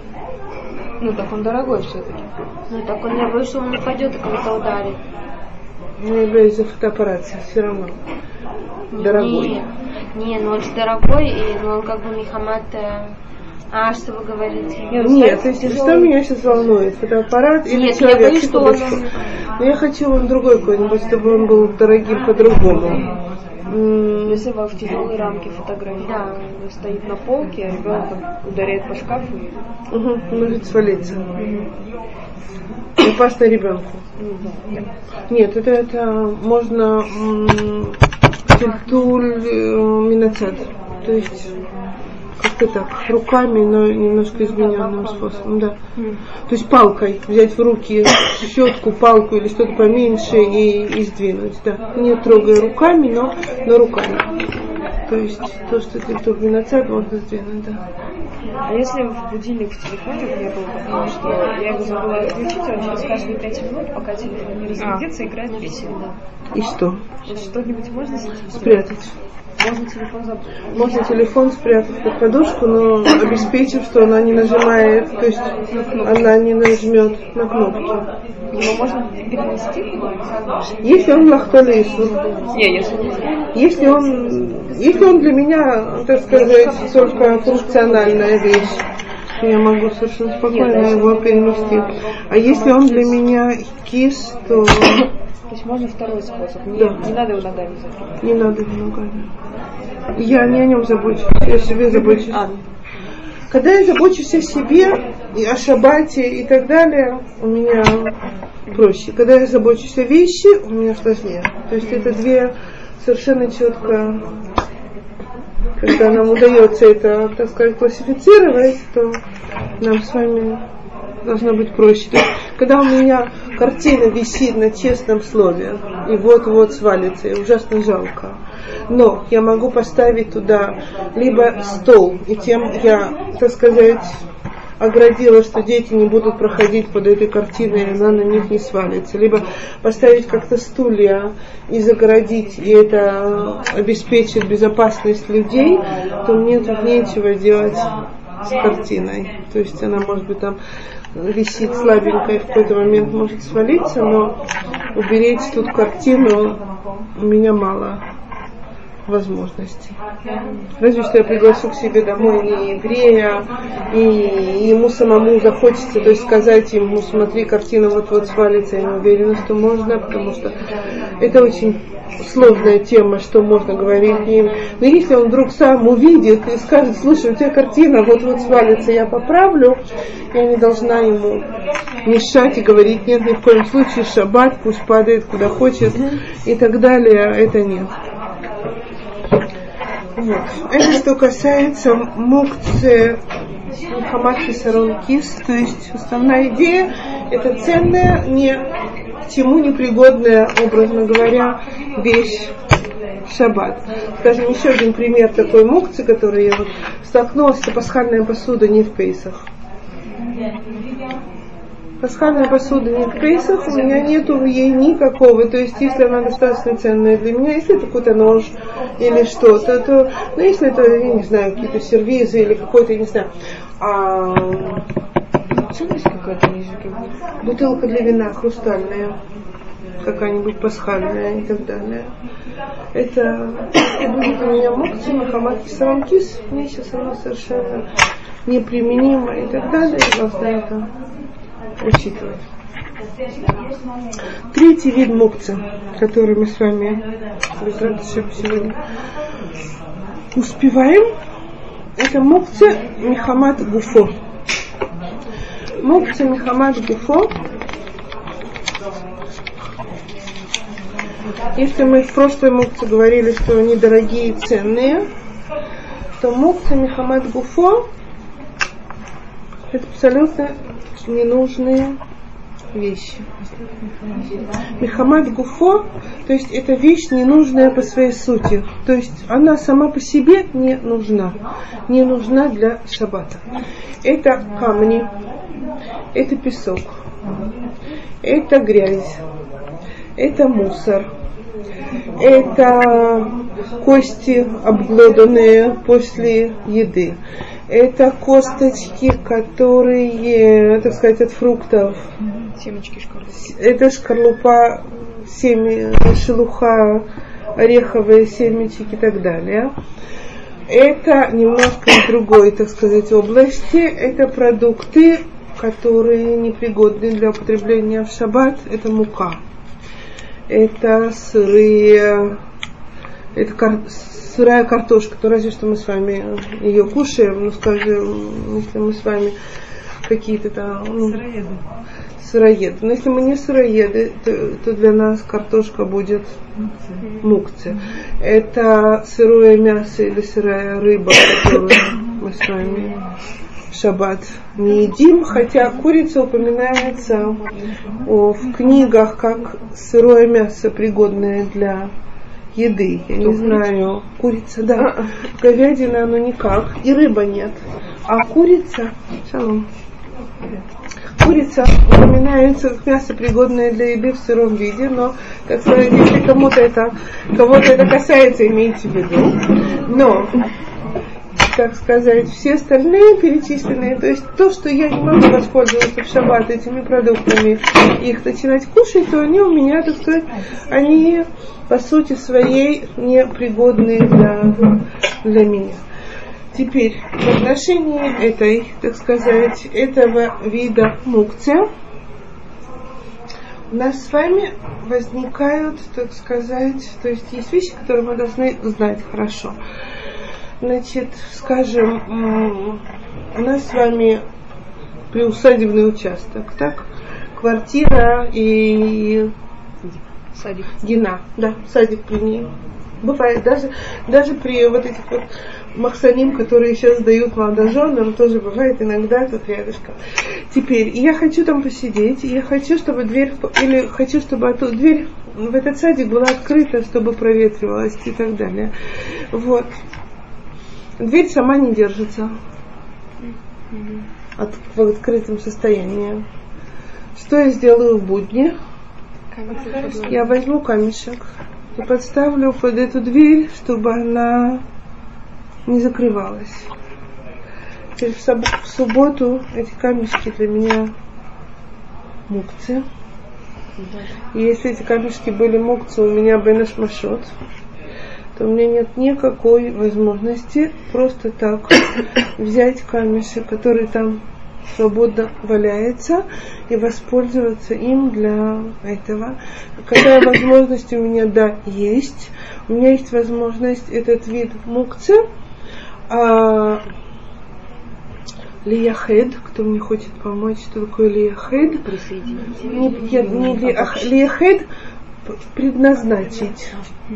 Ну так он дорогой все-таки. Ну так он, я боюсь, что он упадет и кого-то ударит. Ну я боюсь за фотоаппарат все равно. Дорогой. Не, не, ну он же дорогой, и ну, он как бы Михамад... А, что вы говорите? Нет, Нет то есть что меня сейчас волнует? Фотоаппарат или Нет, человек? Я боюсь, что он... Но я хочу он другой какой-нибудь, чтобы он был дорогим по-другому. Если в тяжелой рамке фотографии, да, он стоит на полке, а ребенок ударяет по шкафу и... Угу, может свалиться. Угу. Опасно ребенку. Угу. Нет, это, это можно тильтуль минацад. То есть как-то так, руками, но немножко измененным способом, да. Mm. То есть палкой взять в руки щетку, палку или что-то поменьше и, и сдвинуть, да. Не трогая руками, но, но руками. То есть то, что тильтуль минацад, можно сдвинуть, да. А если будильник в телефоне у меня был, потому что я его забыла отключить, он сейчас каждые пять минут, пока телефон не разрядится, а. играет песен, да. И что? Что-нибудь можно с этим спрятать? Можно телефон забыть. Можно телефон спрятать под подушку, но обеспечив, что она не нажимает, то есть она не нажмет на кнопки. Его можно перенести? Если он Млахтули Исур. Не, если Если он, если он для меня, так сказать, только функциональная вещь, я могу совершенно спокойно Нет, его перенести. А если он для меня кис, то... То есть можно второй способ. Не, да. не надо его ногами закрывать. Не надо его ногами. Я не о нем забочусь, я о себе забочусь. А. Когда я забочусь о себе, и о шаббате и так далее, у меня проще. Когда я забочусь о вещи, у меня сложнее. То есть это две совершенно четко, когда нам удается это, так сказать, классифицировать, то нам с вами должно быть проще. То есть, когда у меня картина висит на честном слове, и вот-вот свалится, и ужасно жалко. Но я могу поставить туда либо стол, и тем я, так сказать, оградила, что дети не будут проходить под этой картиной, и она на них не свалится. Либо поставить как-то стулья и загородить, и это обеспечит безопасность людей, то мне тут нечего делать с картиной. То есть она, может быть, там висит слабенько и в какой-то момент может свалиться, но уберечь тут картину у меня мало возможностей. Разве что я приглашу к себе домой не еврея, и ему самому захочется, то есть сказать ему, смотри, картина вот-вот свалится, я не уверена, что можно, потому что это очень сложная тема, что можно говорить им. Но если он вдруг сам увидит и скажет, слушай, у тебя картина вот-вот свалится, я поправлю, я не должна ему мешать и говорить, нет, ни в коем случае, шаббат, пусть падает куда хочет и так далее, это нет. Вот. Это что касается мукце Мухаммад Хисарон Кис, то есть основная идея, это ценная, не к чему непригодная, образно говоря, вещь в шаббат. Скажем, еще один пример такой мукцы, который я вот столкнулась, это пасхальная посуда не в Пейсах. Пасхальная посуда не в Пейсах, у меня нету ей никакого, то есть если она достаточно ценная для меня, если это какой-то нож или что-то, то, ну если это, я не знаю, какие-то сервизы или какой-то, я не знаю, а, ценность какая-то, бутылка для вина хрустальная, какая-нибудь пасхальная и так далее. Это будет у меня мукция Мухаммад Хисарон Кис, мне сейчас она совершенно неприменимо и так далее, я должна это учитывать. Третий вид мукцы, который мы с вами сегодня успеваем, это мукцы Мухаммад Гуфо. Мукцы Мухаммад Гуфо. Если мы в прошлой мукце говорили, что они дорогие и ценные, то мукцы Мухаммад Гуфо это абсолютно ненужные вещи. Мухаммад Гуфо, то есть это вещь ненужная по своей сути. То есть она сама по себе не нужна. Не нужна для шаббата. Это камни, это песок, это грязь, это мусор, это кости обглоданные после еды. Это косточки, которые, так сказать, от фруктов. Семечки шкарлупа. Это шкарлупа, семя, шелуха, ореховые семечки и так далее. Это немножко из другой, так сказать, области. Это продукты, которые непригодны для употребления в шаббат. Это мука. Это сырые, это кар, сырая картошка, то разве что мы с вами ее кушаем, ну скажем, если мы с вами какие-то там ну, сыроеды. сыроеды. Но если мы не сыроеды, то, то для нас картошка будет мукция. Это сырое мясо или сырая рыба, которую мы с вами в шаббат не едим, хотя курица упоминается о, в книгах как сырое мясо, пригодное для еды. Я не знаю. Курица, да. Говядина, оно никак. И рыба нет. А курица, шалом. Курица упоминается как мясо, пригодное для еды в сыром виде, но, так сказать, если кому-то это, кого-то это касается, имейте в виду. Но, так сказать, все остальные перечисленные, то есть то, что я не могу воспользоваться в шаббат этими продуктами, их начинать кушать, то они у меня, так сказать, они по сути своей непригодны для, для меня. Теперь, в отношении этой, так сказать, этого вида мукция, у нас с вами возникают, так сказать, то есть есть вещи, которые мы должны знать хорошо. Значит, скажем, у нас с вами приусадебный участок, так? Квартира и садик. Гина, да, садик при ней. Бывает, даже, даже при вот этих вот махсаним, которые сейчас дают молодоженам, тоже бывает иногда тут рядышком. Теперь, я хочу там посидеть, я хочу, чтобы дверь, или хочу, чтобы эту дверь в этот садик была открыта, чтобы проветривалась и так далее. Вот. Дверь сама не держится от, в открытом состоянии. Что я сделаю в будни? Я возьму камешек и подставлю под эту дверь, чтобы она не закрывалась. Теперь в, соб- в субботу эти камешки для меня мукцы. И если эти камешки были мукцы у меня бенеш машот, то что у меня нет никакой возможности просто так взять камешек, который там свободно валяется, и воспользоваться им для этого. Какая возможность у меня, да, есть. У меня есть возможность этот вид мукцы, а, лияхед, кто мне хочет помочь, что такое лияхед? Не, не лияхед, лияхед предназначить.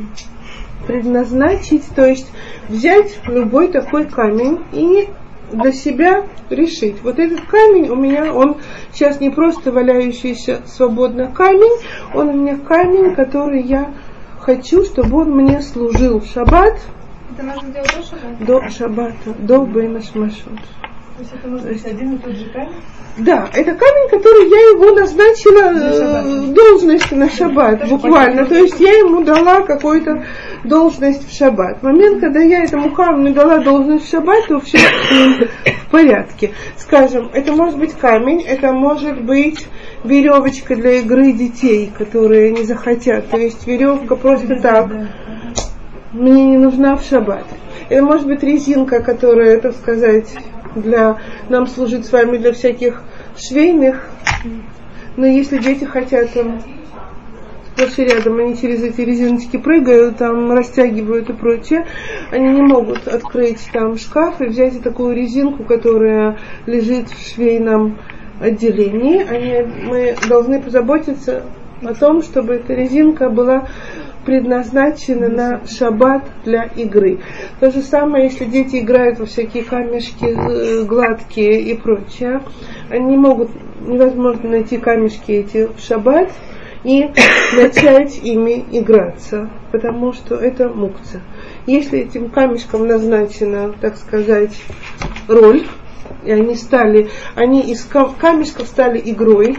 Предназначить, то есть взять любой такой камень и для себя решить. Вот этот камень у меня, он сейчас не просто валяющийся свободно камень, он у меня камень, который я хочу, чтобы он мне служил в шаббат. Это нужно делать до шаббата? До шаббата, до Бейна Шмашот. То есть это может быть один и тот же камень? Да, это камень, который я его назначила э, должность на шаббат, это буквально. То есть я ему дала какую-то должность в шаббат. В момент, когда я этому камню дала должность в шаббат, то все в порядке. Скажем, это может быть камень, это может быть веревочка для игры детей, которые не захотят. То есть веревка просто так мне не нужна в шаббат. Это может быть резинка, которая, так сказать, для нам служит с вами для всяких швейных. Но если дети хотят там сплошь и рядом, они через эти резиночки прыгают, там растягивают и прочее, они не могут открыть там шкаф и взять такую резинку, которая лежит в швейном отделении. Они, мы должны позаботиться о том, чтобы эта резинка была предназначена на шаббат для игры. То же самое, если дети играют во всякие камешки гладкие и прочее, они не могут, невозможно найти камешки эти в шаббат и начать ими играться, потому что это мукца. Если этим камешкам назначена, так сказать, роль, и они стали, они из камешков стали игрой,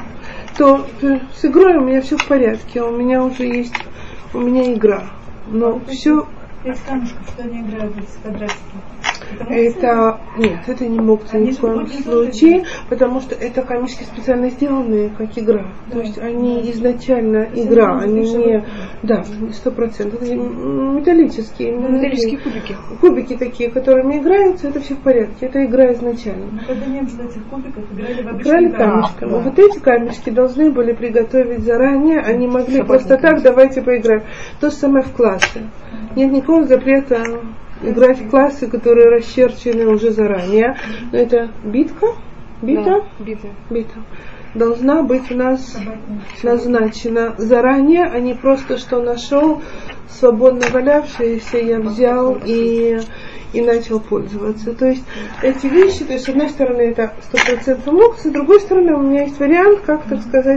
то с игрой у меня все в порядке, у меня уже есть у меня игра, но а все... Из камушков, что они играют, эти квадратики? Это, это нет, это не мукца ни в коем случае, потому что это камешки специально сделанные, как игра. Да. То есть они изначально то игра, они не... Да, сто процентов. Это металлические. Металлические кубики. Кубики такие, которыми играются, это все в порядке. Это игра изначально. Но когда не было этих кубиков, играли в обычные играли камешками. Да. Вот эти камешки должны были приготовить заранее, они могли Шабатный просто камешки. Так, давайте поиграем. То же самое в классе. Нет никакого запрета играть в классы, которые расчерчены уже заранее. Но это битка, бита, да, бита. бита должна быть у нас назначена заранее, а не просто что нашел свободно валявшиеся, я взял и, и начал пользоваться. То есть эти вещи, то есть с одной стороны это сто процентов мукса, с другой стороны у меня есть вариант, как, так сказать,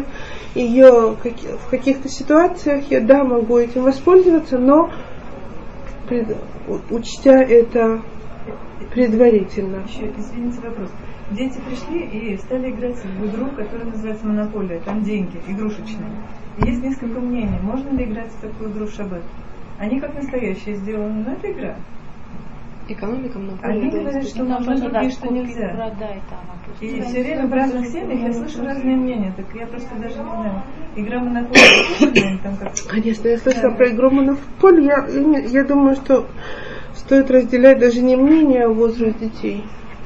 ее в каких-то ситуациях я, да, могу этим воспользоваться, но пред, учтя это предварительно. Еще, извините, вопрос. Дети пришли и стали играть в игру, которая называется «Монополия». Там деньги, игрушечные. И есть несколько мнений, можно ли играть в такую игру в шаббат. Они как настоящие сделаны, но это игра. Экономика монополия. Они говорят, что можно, другие, что нельзя. И все время в разных семьях я слышу разные мнения. Так я просто даже не знаю. Игра «Монополия». Там как... Конечно, я слышала да. про игру «Монополия». Я, я думаю, что стоит разделять даже не мнение, а возраст детей.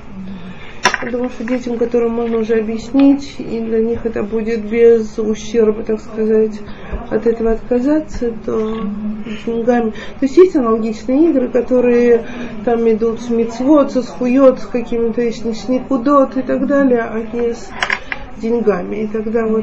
Я думаю, что детям, которым можно уже объяснить, и для них это будет без ущерба, так сказать, от этого отказаться, то с деньгами. То есть есть аналогичные игры, которые там идут с мицвот, со схует, с какими-то с никудот и так далее, а не с деньгами. И тогда вот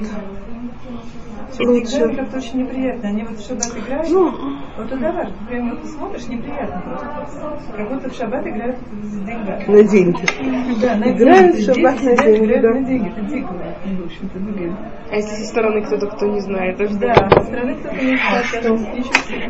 лучше. Играют как-то очень неприятно. Они вот в шаббат играют. Ну, вот туда важно. Прямо вот ты смотришь, неприятно просто. Как будто в шаббат играют с деньгами. На деньги. Да, на играют в шаббат на деньги. Играют да. на деньги. Это дико, в общем-то, выглядит. А если со стороны кто-то, кто не знает? Это да, со стороны кто-то не знает.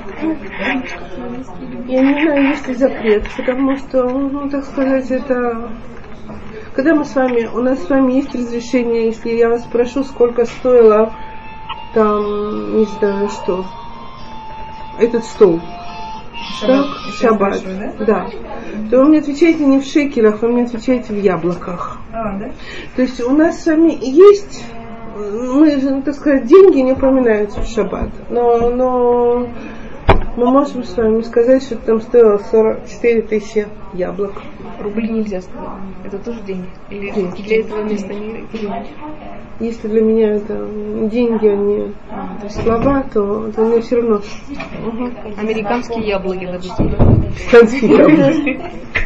Я не знаю, есть ли запрет, потому что, ну, так сказать, это... Когда мы с вами, у нас с вами есть разрешение, если я вас спрошу, сколько стоило там, не знаю что, этот стол. Шаббат. Так, шаббат, да? да. То вы мне отвечаете не в шекелях, вы мне отвечаете в яблоках. А, да? То есть у нас с вами есть, мы же, так сказать, деньги не упоминаются в шаббат, но, но мы можем с вами сказать, что там стоило сорок четыре тысячи яблок. Рубли нельзя сказать. Это тоже деньги. Или Деньги. для этого места не деньги. Если для меня это деньги, а не А, то есть слова, то для меня все равно. Угу. Американские яблоки, допустим. Американские яблоки.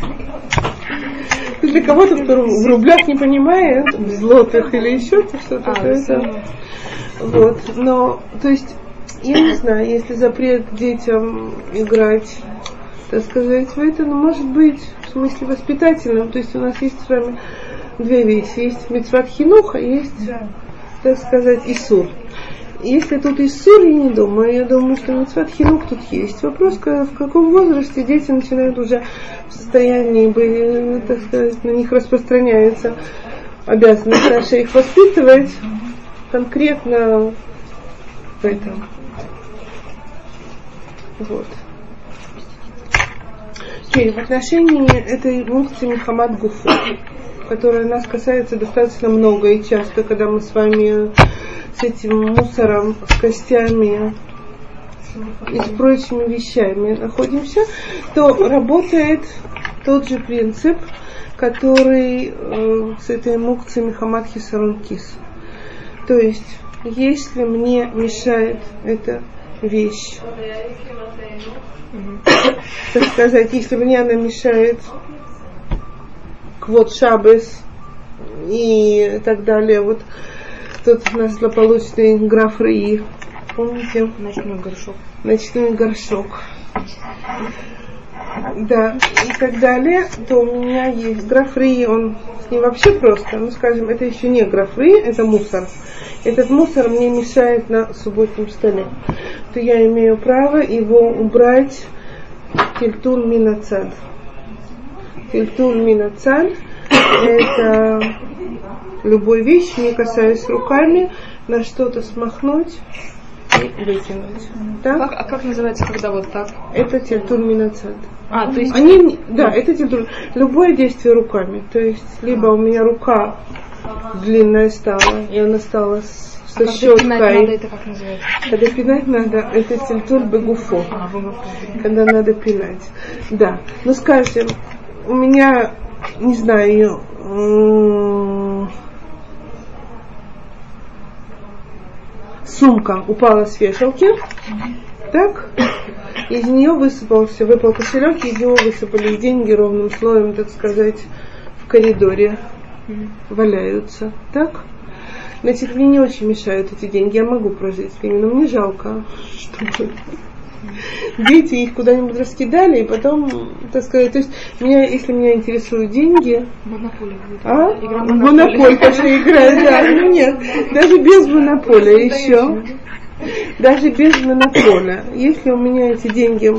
Для кого-то, кто в рублях не понимает, в злотых или еще что-то, А, то это. Вот. Но, то есть, я не знаю, если запрет детям играть, так сказать, в это, но может быть в смысле воспитательном. То есть у нас есть с вами две вещи. Есть мицват хинуха, есть, Да. так сказать, исур. Если тут иссур, я не думаю. Я думаю, что мицват хинух тут есть. Вопрос, в каком возрасте дети начинают уже в состоянии быть, так сказать, на них распространяется обязанность наша их воспитывать конкретно в этом. Вот. Теперь в отношении этой функции Мехамад Гуфу, которая нас касается достаточно много и часто, когда мы с вами с этим мусором, с костями и с прочими вещами находимся, то работает тот же принцип, который э, с этой мукцией Мехамад Хисарон Кис. То есть, если мне мешает эта вещь, так сказать, если мне она мешает квот шабес и так далее, вот тот у нас злополучный граф Рии, помните? Ночной горшок. Ночной горшок. Да, и так далее, то у меня есть граф Рии, он с ним вообще просто, ну скажем, это еще не граф Рии, это мусор. Этот мусор мне мешает на субботнем столе. То я имею право его убрать тильтуль минацад. Тильтуль минацад это любой вещь, не касаясь руками, на что-то смахнуть и выкинуть. Так? Как, а как называется, когда вот так? Это тильтуль минацад. А, то есть... Они, да, это тильтуль. Любое действие руками. То есть, либо у меня рука длинная стала, и она стала с, со а щеткой. Когда пинать надо, это как называется? Когда пинать надо, это тильтуль бегуфо. А, когда надо пинать. Да. Ну, скажем, у меня, не знаю, м- сумка упала с вешалки, так? Из нее высыпался, выпал кошелек, из него высыпались деньги ровным слоем, так сказать, в коридоре валяются, так? Значит, мне не очень мешают эти деньги, я могу прожить с ними, но мне жалко, чтобы дети их куда-нибудь раскидали, и потом, так сказать, то есть, меня, если меня интересуют деньги... Монополия будет. А? Игра Монополия пошли играть, да. Ну нет, даже без монополия еще. Даже без монополия. Если у меня эти деньги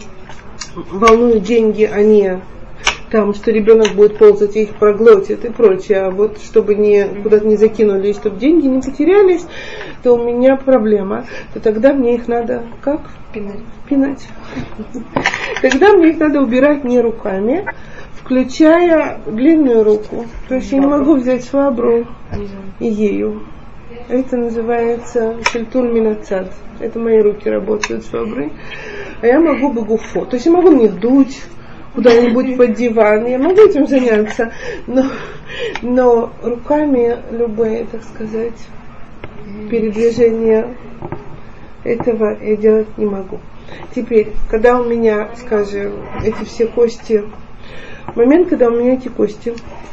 волнуют деньги, а не там, что ребенок будет ползать и их проглотит и прочее, а вот чтобы не, куда-то не закинули, и чтобы деньги не потерялись, то у меня проблема. То тогда мне их надо как? Пинать. Пинать. Тогда мне их надо убирать не руками, включая длинную руку. То есть я не могу взять швабру и ею. Это называется тильтуль минацад. Это мои руки работают шваброй. А я могу бегуфо. То есть я могу не дуть куда-нибудь под диван. Я могу этим заняться. Но, но руками любые, так сказать, передвижения этого я делать не могу. Теперь, когда у меня, скажем, эти все кости, момент, когда у меня эти кости.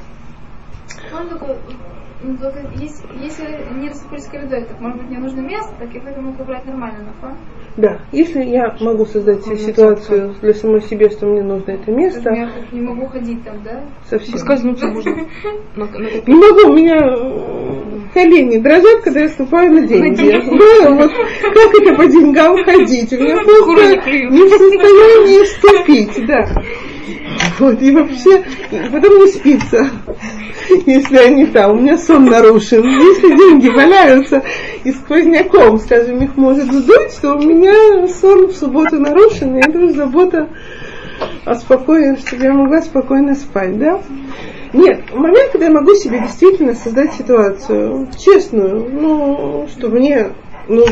Он такой, ну, только если, если не рассыпались коридоры, так может быть мне нужно место, так я поэтому могу брать нормально на фон. Да, если я могу создать себе ситуацию для самой себе, что мне нужно это место. Я не могу ходить там, да? Совсем. Поскользнуться можно. Не могу, у меня колени дрожат, когда я ступаю на деньги. Да, вот как это по деньгам ходить? У меня просто не в состоянии ступить, да. Вот, и вообще, потом не спится, если они там, у меня сон нарушен. Если деньги валяются и сквозняком, скажем, их может сдуть, то у меня сон в субботу нарушен, и это уже забота о спокойствии, чтобы я могла спокойно спать, да? Нет, момент, когда я могу себе действительно создать ситуацию честную, ну, что мне, ну,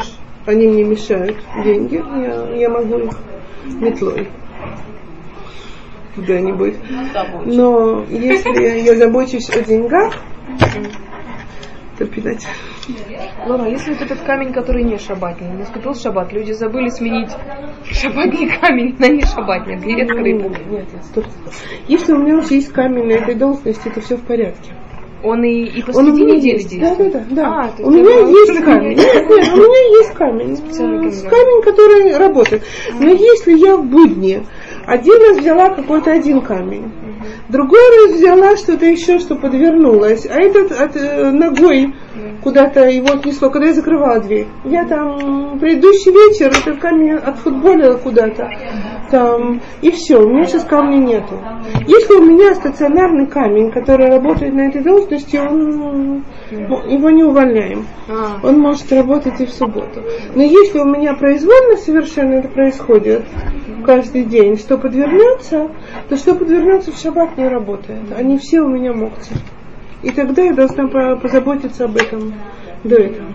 они мне мешают, деньги, я, я могу их метлой куда-нибудь. Но если я забочусь о деньгах, то пинать. Лора, если вот этот камень, который не шабатный, наступил шаббат, люди забыли сменить шаббатный камень на не шаббатный, где это рыба? Нет, нет, стоп. Если у меня уже есть камень на этой должности, то все в порядке. Он и, и посреди недели есть. действует? Да, да, да. А, у меня есть камень. Нет, нет, у меня есть камень. Камень, камень, который работает. Но если я в будни один раз взяла какой-то один камень, другой раз взяла что-то еще, что подвернулось, а этот от, э, ногой куда-то его отнесло, когда я закрывала дверь. Я там предыдущий вечер этот камень отфутболила куда-то. Там, и все, у меня сейчас камня нету. Если у меня стационарный камень, который работает на этой должности, он, его не увольняем. Он может работать и в субботу. Но если у меня произвольно совершенно это происходит каждый день, что подвернется, то что подвернется в шаббат не работает. Они все у меня мокцы. И тогда я должна позаботиться об этом до этого.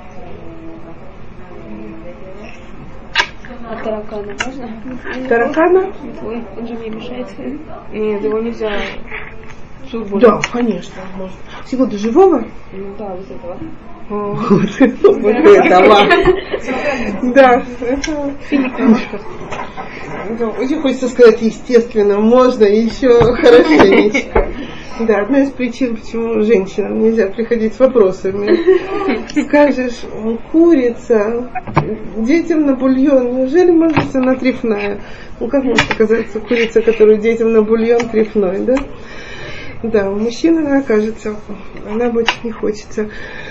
А таракана можно? Таракана? Ой, он же мне мешает. Нет, его нельзя. Да, конечно, можно. Секунду, живого? Ну да, вот этого. Вот этого. Да, это финикамушка. Очень хочется сказать, естественно, можно еще хорошенечко. Да, одна из причин, почему женщинам нельзя приходить с вопросами. Скажешь, курица, детям на бульон, неужели может быть она трефная? Ну, как может оказаться курица, которую детям на бульон трефной, да? Да, у мужчин она окажется, она больше не хочется.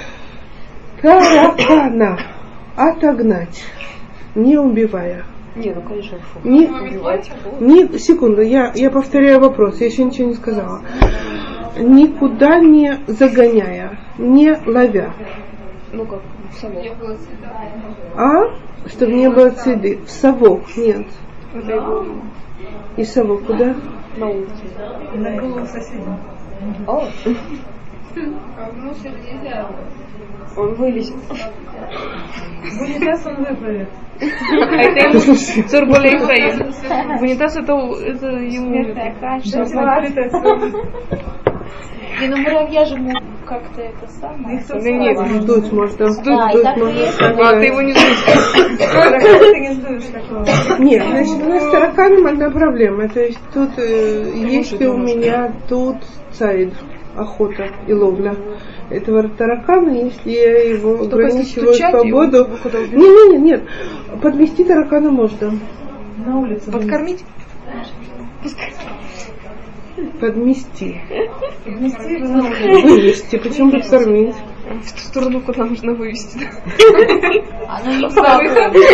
Таракана отогнать, не убивая. Не, ну конечно, фу. Не, не, секунду, я, я повторяю вопрос, я еще ничего не сказала. Никуда не загоняя, не ловя. Ну как, в совок. А? Чтобы не было цеды. В совок, нет. И совок куда? На улице. На голову соседям. О, он вылезет. В унитаз он выплывет. А это ему Цурбулей Хаим. В унитаз это, это ему... И на муравья же могут как-то это самое. Да нет, Сдуть можно. Сдуть, А, и сдуть так можно. и есть. а ты его не знаешь. Ты не сдуешь такого. Нет, значит, у нас с тараканом одна проблема. То есть тут, э, если у меня тут цайд, охота и ловля этого таракана, если я его Только ограничиваю стучать свободу... его куда убежать? Нет, нет, нет, подвести таракана можно. На улице. Подкормить? Подмести. Вместе его на улице. Вывести, почему тут кормить? В ту сторону, куда нужно вывести. Оно не правда.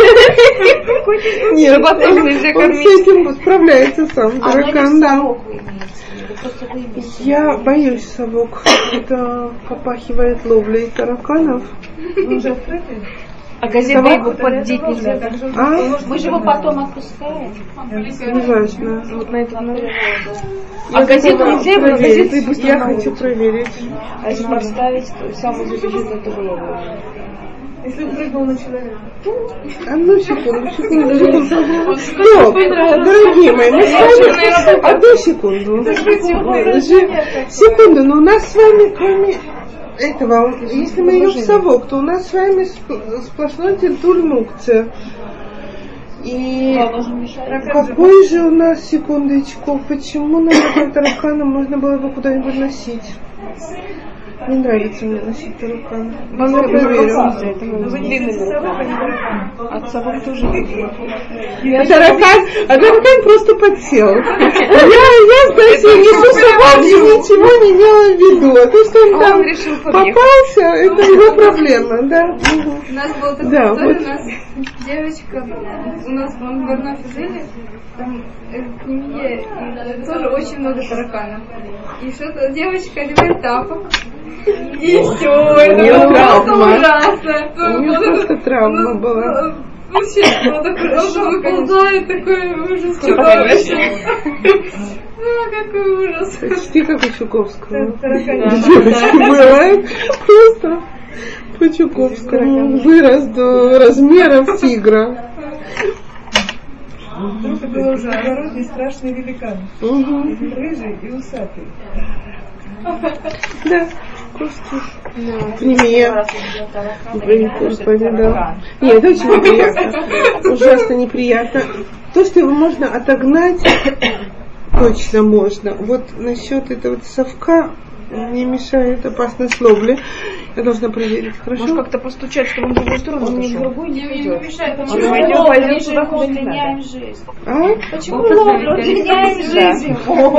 Нет, Шаббат тоже нельзя он кормить. с этим справляется сам, Оно не таракан, да. совок вы имеете в виду, просто вы имеете в виду. Я боюсь совок. Это попахивает ловлей тараканов. Он уже открытый. А газеты его поддеть нельзя. А? Мы же его потом отпускаем. Не важно. Вот на этот номер. Я А газету готова нельзя, его проверить. газеты быстро Я на хочу улицу. проверить. А если подставить, то сам забежит, это было. Если он прыгнул на человека. А ну секунду, секунду, секунду. Стоп, дорогие мои, мы с вами... Одну секунду. Секунду, но у нас с вами, кроме этого, если мы идем в совок, то у нас с вами сп- сплошной тильтуль мукция. И какой же у нас, секундочку, почему нам этого таракана можно было бы куда-нибудь носить? Не нравится мне носить таракана. Вам Я проверю. Вы не видите совок, а не таракан. От совок тоже видно. А таракан, а таракан просто подсел. Я, я, знаете, несу собак и ничего не имела в виду. А то, что он А там он решил подъехать. попался, это его проблема, да. У нас была такая Да, история, вот. у нас девочка, у нас в Арнафе жили, там э, к ней и тоже очень много тараканов. И что-то девочка одевает тапок. И все, это нее было просто травма. ужасно. У нее Вот просто это- травма ну, была. Вообще, вот такой, он же выползает, такой ужас. Что такое? А, какой ужас. Почти как у Чуковского. Таракан. Девочка была просто. По Чуковскому вырос до размеров тигра. Это был загородный страшный великан. Угу. Рыжий и усатый. Да, Костюш. Да. Премия. Да. Нет, это очень неприятно. Ужасно неприятно. То, что его можно отогнать, точно можно. Вот насчет этого совка не мешает опасность ловли. Я должна проверить. Хорошо? Может как-то постучать, чтобы он в другую сторону Он не в отошел? другую не пойдет. Почему пойдет, ловлю? пойдет Мы туда, же куда не надо. удлиняем жизнь. А? Почему ловлю? Удлиняем жизнь.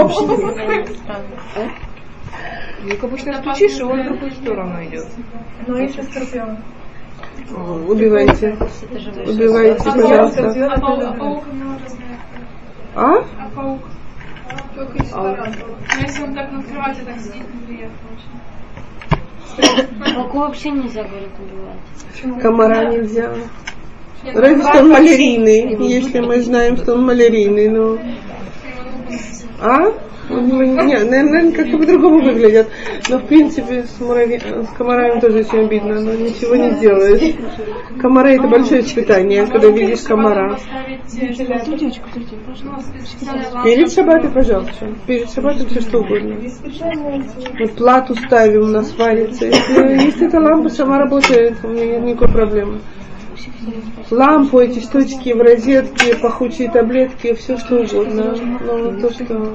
Как обычно стучишь, и он в другую сторону идет. Ну, если скорпион. Убивайте. Убивайте, пожалуйста. А паук, а паук какого размера? А? А паук? Только из сторон. Но если он так на кровати так сидит, неприятно очень. Пауку вообще нельзя, говорит, убивать. Комара нельзя. Разве что он малярийный, если мы знаем, что он малярийный, но... А? Нет, наверное, как-то по-другому выглядят. Но, в принципе, с, муравьи... с комарами тоже очень обидно, но ничего не сделаешь. Комары — это большое испытание, когда видишь комара. Перед шаббатом, пожалуйста. Перед шаббатом все что угодно. Мы плату ставим, у нас варится. Если, если эта лампа сама работает, у меня нет никакой проблемы. Лампу, эти штучки в розетке, пахучие таблетки, все что угодно. Но то, что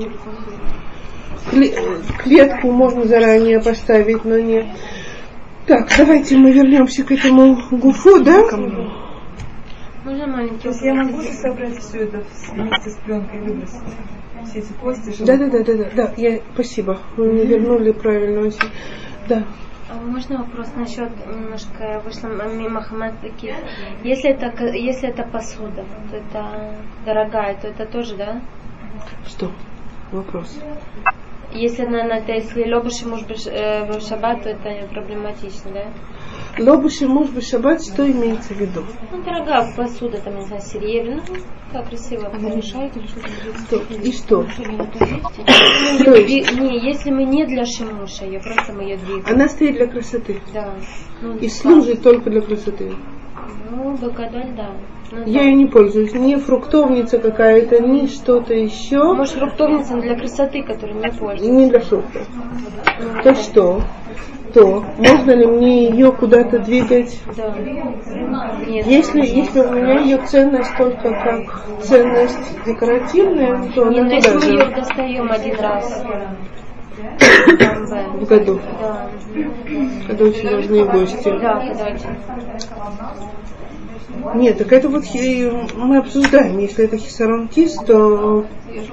клетку можно заранее поставить, но нет. Так, давайте мы вернемся к этому гуфу, да? Можно маленький? То есть я могу же собрать все это вместе с пленкой и выбросить? Все эти кости? Да, да, да, да, да, да. Я, спасибо. Вы мне вернули правильно очень. Да. А можно вопрос насчет, немножко вышла мимо Хамат-Такит. Если это, если это посуда, то это дорогая, то это тоже, да? Что? Вопрос. Если, наверное, это если лобуши муж в шаббат, то это проблематично, да? Лобуши муж в шаббат, что имеется в виду? Ну, дорогая посуда, там, не знаю, серебряная, ну, как красиво. Она мешает или что-то? И что? Не, не, если мы не для шимуша, ее просто мы ее двигаем. Она стоит для красоты. Да. Ну, И служит только для красоты. Ну, Багадоль, да. Ну, Я да. ее не пользуюсь. Ни фруктовница какая-то, ни что-то еще. Может, фруктовница для красоты, которой не пользуется. Не для фруктов. То что? То можно ли мне ее куда-то двигать? Да. Нет. Если, если у меня ее ценность только как ценность декоративная, то Не, она но если туда мы ее же. достаем один раз В году. Да. Когда очень важные гости. Да, когда очень. Нет, так это вот хи- мы обсуждаем. Если это хисарон кис, то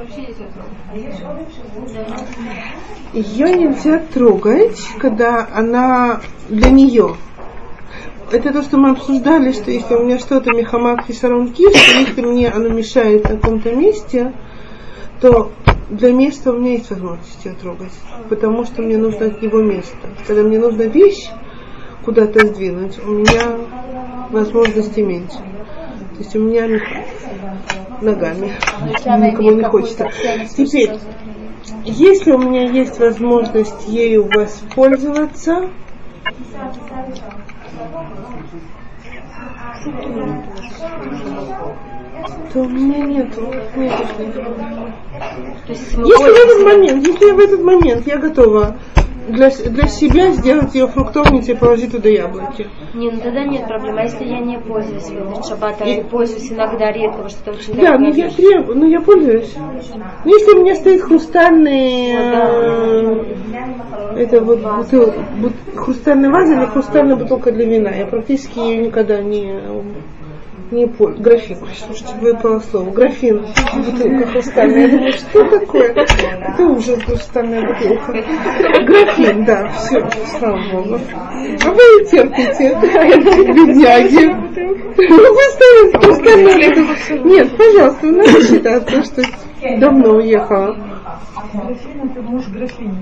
ее нельзя трогать, когда она для нее. Это то, что мы обсуждали, что если у меня что-то мехамак хисарон кис, то если мне оно мешает на каком-то месте, то для места у меня есть возможность ее трогать, потому что мне нужно от него место. Когда мне нужна вещь куда-то сдвинуть, у меня возможности меньше. То есть у меня ногами никому не хочется. Теперь, если у меня есть возможность ею воспользоваться, то у меня нету. нету. Если в этот момент, если в этот момент я готова для, для себя сделать ее фруктовницей и положить туда яблоки. Не, ну тогда нет проблем. А если я не пользуюсь в этот шаббат, а я пользуюсь иногда редко, потому что это очень Да, дорогая ну я вещь. требую, ну я пользуюсь. Ну если у меня стоит хрустальный, э, это вот бутыл, бут, хрустальная ваза или хрустальная бутылка для вина, я практически ее никогда не не пользуюсь. Графин, слушайте, выпало слово. Графин, бутылка хрустальная. Я думаю, что такое? Это ужас, хрустальная бутылка. Графин, да, все, слава Богу. А вы терпите, бедняги. Вы ставите хрустальную бутылку. Нет, пожалуйста, надо считаться, что давно уехала. Графин — это муж графини.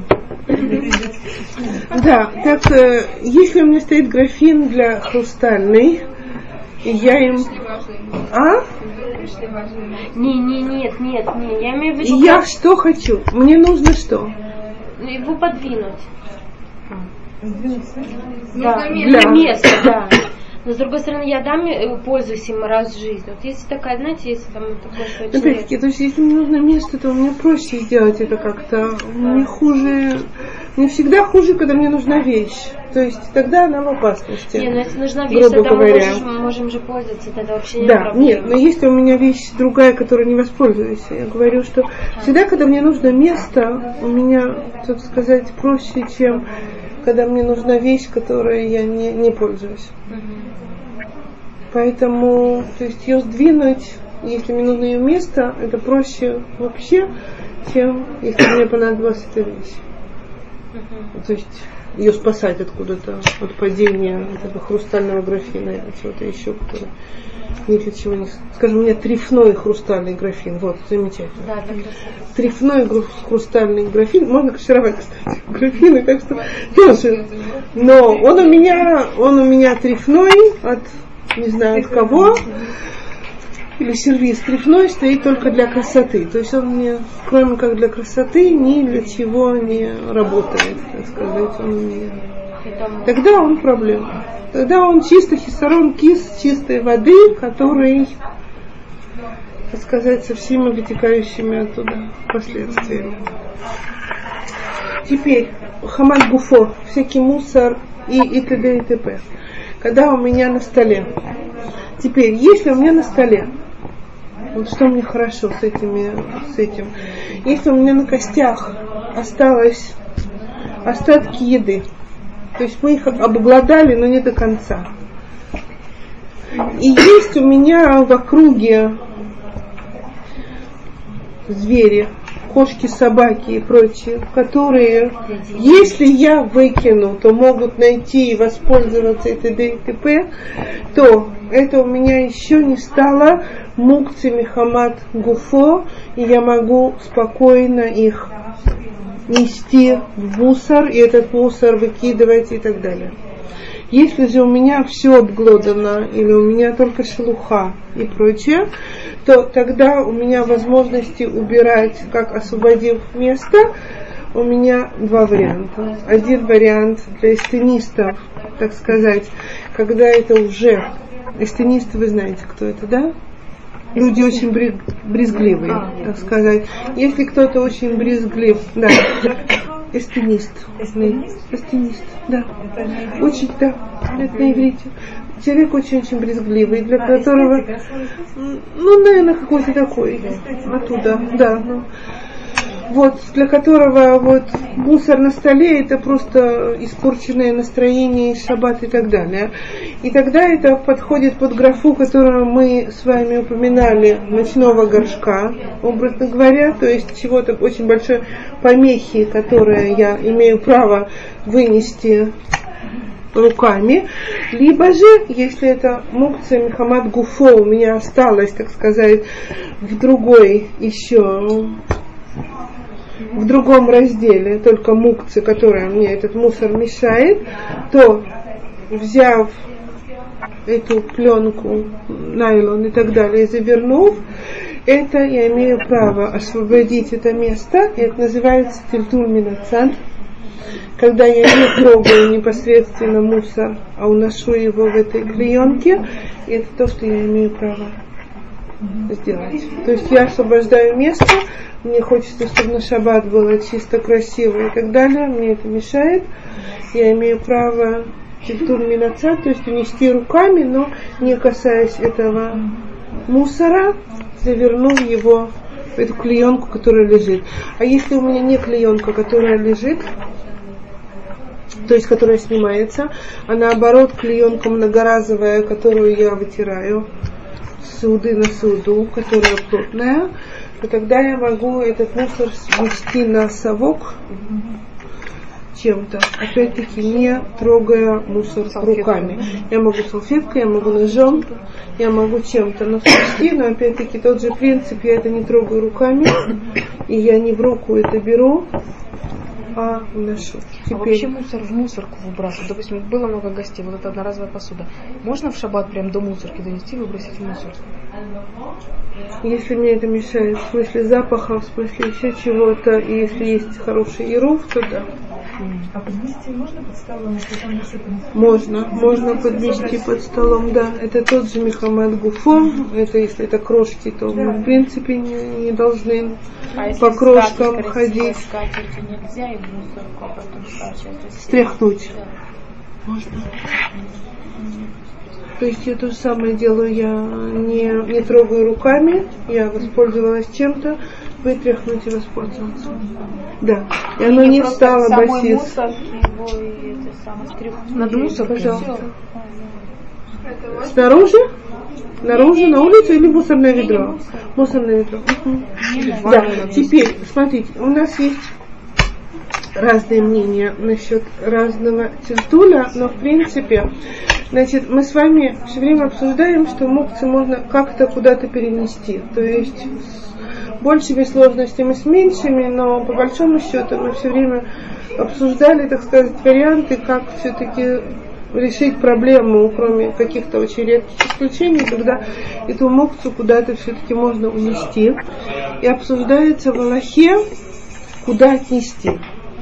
Да, так, э, если у меня стоит графин для хрустальной, и я им... А? Не, не, нет, нет, не. Я имею в виду... Я что хочу? Мне нужно что? Его подвинуть. Сдвинуть с места? Да, для места, да. Но с другой стороны, я дам, пользуюсь им раз в жизни. Вот если такая, знаете, если там такой, что человек... Опять-таки, то есть если мне нужно место, то мне проще сделать это как-то. Мне хуже, мне всегда хуже, когда мне нужна вещь. То есть тогда она в опасности. Не, ну если нужна вещь, тогда мы можем, можем же пользоваться, тогда вообще нет да, проблем. Нет, но если у меня вещь другая, которой не воспользуюсь, я говорю, что а. всегда, когда мне нужно место, у меня, так сказать, проще, чем когда мне нужна вещь, которой я не, не пользуюсь. Угу. Поэтому, то есть ее сдвинуть, если мне нужно ее место, это проще вообще, чем если мне понадобилась эта вещь. Угу. То есть ее спасать откуда-то от падения этого хрустального графина или чего-то еще, который ни для чего не... Скажем, у меня трефной хрустальный графин. Вот, замечательно. Да, трефной хрустальный графин. Можно кашировать, кстати, графины, так что тоже. Но он у меня, он у меня трефной от, не знаю от кого, или сервиз трефной стоит только для красоты. То есть он мне, кроме как для красоты, ни для чего не работает, так сказать. Он у меня... Тогда он проблема. Тогда он чисто хисарон кис чистой воды, который, так сказать, со всеми вытекающими оттуда последствиями. Теперь хамат гуфо, всякий мусор и и т.д. и т.п. Когда у меня на столе. Теперь, если у меня на столе, вот что мне хорошо с этими, с этим, если у меня на костях осталось остатки еды, то есть мы их обглодали, но не до конца. И есть у меня в округе звери, кошки, собаки и прочие, которые, если я выкину, то могут найти и воспользоваться и т.д. и т.п., то это у меня еще не стало мукци мехамат гуфо, и я могу спокойно их нести в мусор, и этот мусор выкидывать и так далее. Если же у меня все обглодано, или у меня только шелуха и прочее, то тогда у меня возможности убирать, как освободив место, у меня два варианта. Один вариант для эстенистов, так сказать, когда это уже... Эстенисты, вы знаете, кто это, да? Люди очень брезгливые, так сказать. Если кто-то очень брезглив, да, эстенист. Эстенист? Эстенист, да. Очень, да, это на иврите. Человек очень-очень брезгливый, для которого, ну, наверное, какой-то такой, оттуда, да, ну. Вот, для которого вот мусор на столе это просто испорченное настроение, шаббат и так далее. И тогда это подходит под графу, которую мы с вами упоминали, ночного горшка, образно говоря, то есть чего-то очень большой помехи, которое я имею право вынести руками, либо же, если это мукция мехамат гуфо у меня осталось, так сказать, в другой еще... в другом разделе, только мукцы, которая мне этот мусор мешает, то, взяв эту пленку, найлон и так далее, и завернув, это я имею право освободить это место, и это называется тильтуль минацад, когда я не трогаю непосредственно мусор, а уношу его в этой клеенке, и это то, что я имею право сделать. То есть я освобождаю место, мне хочется, чтобы на шаббат было чисто, красиво и так далее, мне это мешает, я имею право тильтуль минацад, то есть унести руками, но не касаясь этого мусора, завернув его в эту клеенку, которая лежит. А если у меня не клеенка, которая лежит, то есть которая снимается, а наоборот клеенка многоразовая, которую я вытираю с суды на суду, которая плотная, то тогда я могу этот мусор внести на совок чем-то, опять-таки не трогая мусор руками. Я могу салфеткой, я могу ножом, я могу чем-то наснести, но опять-таки тот же принцип, я это не трогаю руками, и я не в руку это беру, а вношу. А вообще мусор в мусорку выбрасывать. Допустим, было много гостей, вот это одноразовая посуда. Можно в шаббат прям до мусорки донести и выбросить в мусор? Если мне это мешает, в смысле запаха, в смысле еще чего-то, и если есть хороший ируф, то да. А поднести можно под столом, если там насыпано? Можно, можно поднести под столом, да. Это тот же Мехамад Гуфо. Это если это крошки, то мы в принципе не, не должны а по крошкам ходить. Скатертью нельзя и в мусорку, а потом скатерть. Стряхнуть. Да. Можно. То есть я то же самое делаю, я не, не трогаю руками, я воспользовалась чем-то, вытряхнуть и воспользоваться. Да. И оно и не встало басис. Надо мусор, пожалуйста. Снаружи? Снаружи, на улице или мусорное ведро? Мусорное ведро. Угу. Да. Теперь, смотрите, у нас есть разные мнения насчет разного тильтуля, но в принципе, значит, мы с вами все время обсуждаем, что мукцы можно как-то куда-то перенести. То есть с большими сложностями, с меньшими, но по большому счету мы все время обсуждали, так сказать, варианты, как все-таки решить проблему, кроме каких-то очень редких исключений, когда эту мукцу куда-то все-таки можно унести. И обсуждается в Алахе, куда отнести.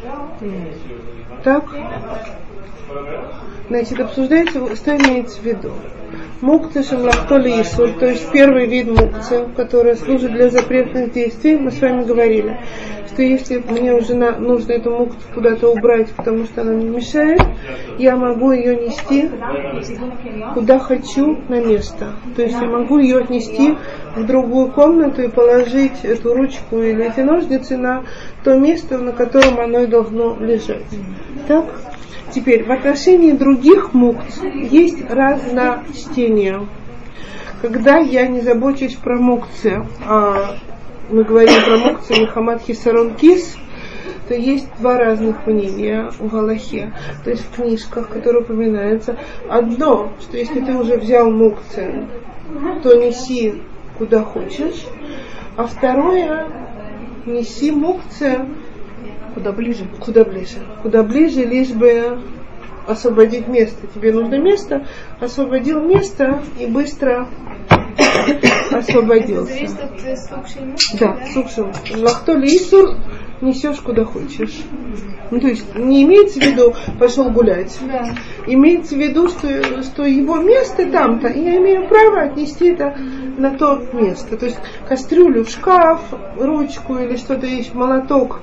Так? Значит, обсуждается, что имеется в виду. Мукцы шамлахтоли исуль, то есть первый вид мукцы, который служит для запретных действий, мы с вами говорили, что если мне уже на, нужно эту мукцу куда-то убрать, потому что она мне мешает, я могу ее нести куда хочу на место. То есть я могу ее отнести в другую комнату и положить эту ручку или эти ножницы на то место, на котором оно и должно лежать. Так? Теперь, в отношении других мукц есть разночтение. Когда я не забочусь про мукцы, а мы говорим про мукцы Мехамад Хисарон Кис, то есть два разных мнения в Галахе, то есть в книжках, которые упоминаются. Одно, что если ты уже взял мукцы, то неси куда хочешь, а второе, неси мукцы куда ближе. Куда ближе. Куда ближе, лишь бы освободить место. Тебе нужно место, освободил место и быстро освободился. Это зависит от сукши. Да, сукши. Лахтоли исур несешь куда хочешь. Ну, то есть не имеется в виду пошел гулять. Да. Имеется в виду, что, что его место там-то, и я имею право отнести это на то место. То есть кастрюлю в шкаф, ручку или что-то есть, молоток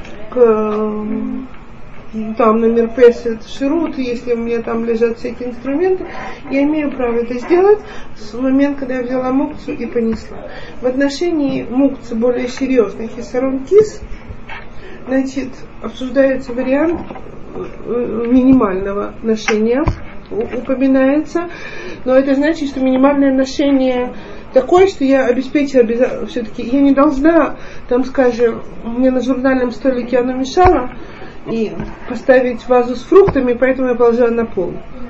там на мерпесе ширут, если у меня там лежат всякие инструменты, я имею право это сделать с момента, когда я взяла мукцу и понесла. В отношении мукцы более серьезных хисарон кис, значит, обсуждается вариант минимального ношения, упоминается, но это значит, что минимальное ношение такое, что я обеспечила обязательно, все-таки я не должна, там, скажем, мне на журнальном столике оно мешало, и поставить вазу с фруктами, поэтому я положила на пол.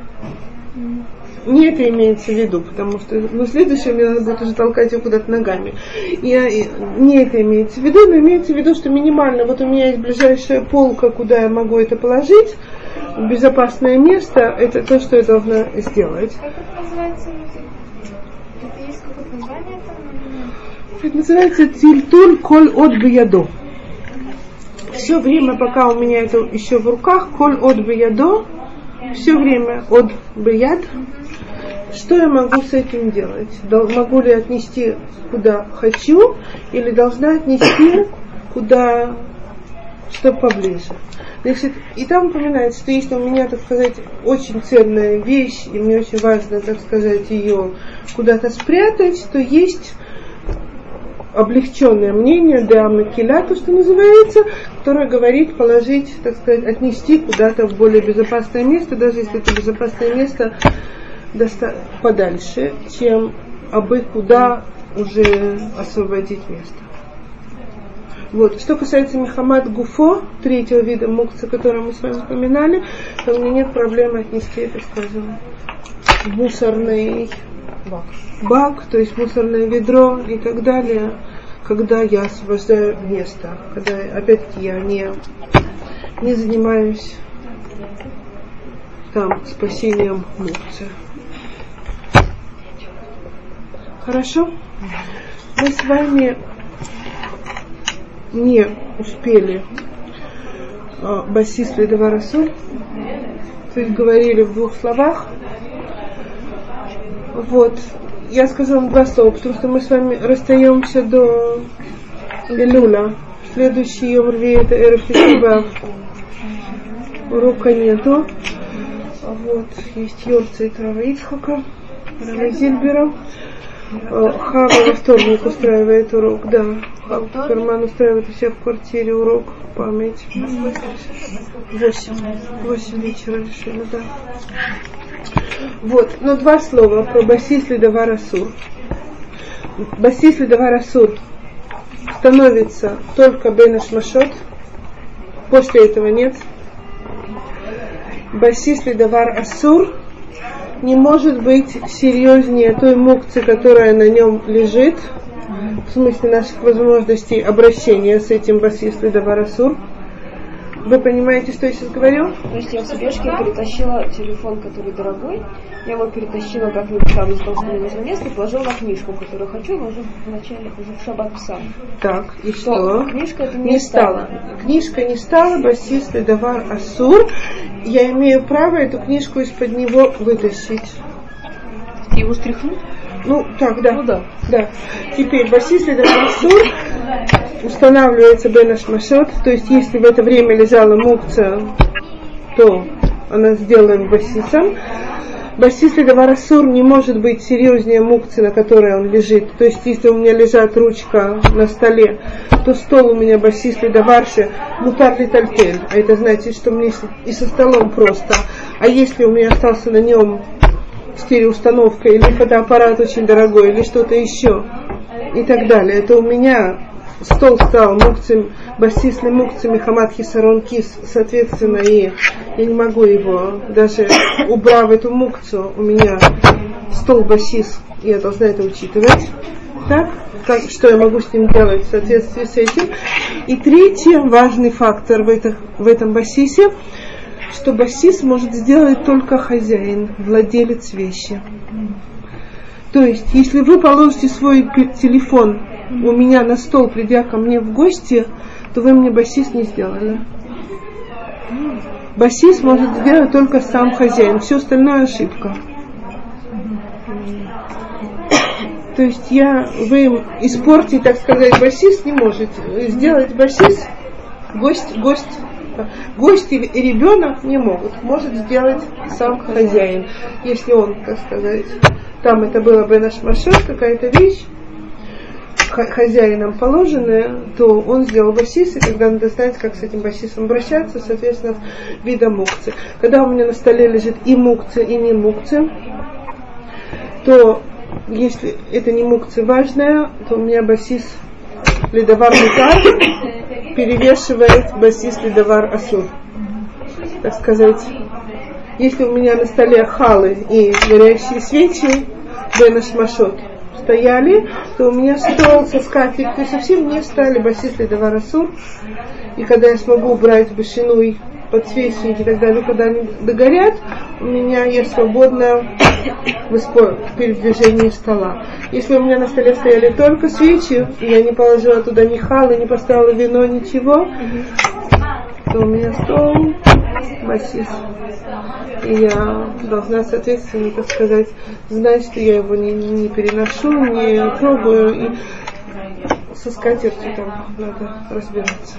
Не это имеется в виду, потому что ну, следующее мне надо будет уже толкать ее куда-то ногами. Я, не это имеется в виду, но имеется в виду, что минимально, вот у меня есть ближайшая полка, куда я могу это положить, безопасное место, это то, что я должна сделать. Как это называется? Это есть какое-то название там? Это называется тильтуль коль от биядо. Все время, пока у меня это еще в руках, коль от биядо, все время от бияд, что я могу с этим делать? Могу ли отнести куда хочу, или должна отнести куда, что поближе? Значит, и там упоминается, что если у меня, так сказать, очень ценная вещь, и мне очень важно, так сказать, ее куда-то спрятать, то есть облегченное мнение, да, макиля, то, что называется, которое говорит положить, так сказать, отнести куда-то в более безопасное место, даже если это безопасное место доста- подальше, чем абы куда уже освободить место. Вот. Что касается Мехамад Гуфо, третьего вида мукцы, который мы с вами упоминали, то у меня нет проблемы отнести это, скажем, в мусорный бак. бак, то есть мусорное ведро и так далее, когда я освобождаю место, когда, опять-таки, я не, не занимаюсь там спасением мукцы. Хорошо? Мы с вами не успели басис ледавар асур. То есть говорили в двух словах. Вот. Я сказала два слова, потому что мы с вами расстаемся до Илюля. Следующий Йом Рви это Эрев Лишаба. Урока нету. Вот. Есть Йорцайт Рава Ицхака, Рава Зильбера. Хава во вторник устраивает урок, да. Карман устраивает у себя в квартире урок, память. Восемь. Восемь вечера решили, да. Вот, но два слова про басис ледавар асур. Басис ледавар асур становится только бен ашмашот. После этого нет. Басис ледавар асур не может быть серьезнее той мукцы, которая на нем лежит, в смысле наших возможностей обращения с этим басис ледавар асур. Вы понимаете, что я сейчас говорю? То есть я в спешке перетащила телефон, который дорогой, я его перетащила как-нибудь там из того, что мне нужно место, положила на книжку, которую хочу, ложу вначале, уже в шаббат сам. Так, и что? Книжка это не, не стала. стала. Книжка не стала, басис ледавар асур. Я имею право эту книжку из-под него вытащить. Его стряхнуть? Ну, так, да. Ну да. да. Теперь басис ледавар асур устанавливается бен ашмашот, то есть если в это время лежала мукция, то она сделаем басисом. Басис ледавар асур не может быть серьезнее мукции, на которой он лежит. То есть если у меня лежит ручка на столе, то стол у меня басис ледаварши мутар литальтель. А это значит, что мне и со столом просто. А если у меня остался на нем стереоустановка или фотоаппарат очень дорогой, или что-то еще, и так далее, то у меня стол стал мукцем, басисный мукцем Мехамад Хисарон Кис, соответственно, и я не могу его, даже убрав эту мукцию, у меня стол басис, я должна это учитывать. Так, как, что я могу с ним делать в соответствии с этим. И третий важный фактор в, это, в этом басисе, что басис может сделать только хозяин, владелец вещи. То есть, если вы положите свой телефон у меня на стол, придя ко мне в гости, то вы мне басис не сделали. Басис может сделать только сам хозяин, все остальное ошибка. То есть я, вы испортить, так сказать, басис не можете. Сделать басис гость, гость, гость и ребенок не могут. Может сделать сам хозяин. Если он, так сказать, там это было бен ашмашот, какая-то вещь, хозяином положенная, то он сделал басис, и когда надо знать, как с этим басисом обращаться, соответственно, вида мукцы. Когда у меня на столе лежит и мукцы, и не мукцы, то если это не мукция важная, то у меня басис ледавар мутар перевешивает басис ледавар асур. Так сказать, если у меня на столе халы и горящие свечи бен ашмашот стояли, то у меня стол со скатертью совсем не стали басис ледавар асур. И когда я смогу убрать башинуй, подсвечники и так далее, когда они догорят, у меня я свободна в передвижении стола. Если у меня на столе стояли только свечи, и я не положила туда ни халы, не поставила вино, ничего, то у меня стол басис. И я должна, соответственно, так сказать, знать, что я его не, не переношу, не трогаю, и со скатертью там надо разбираться.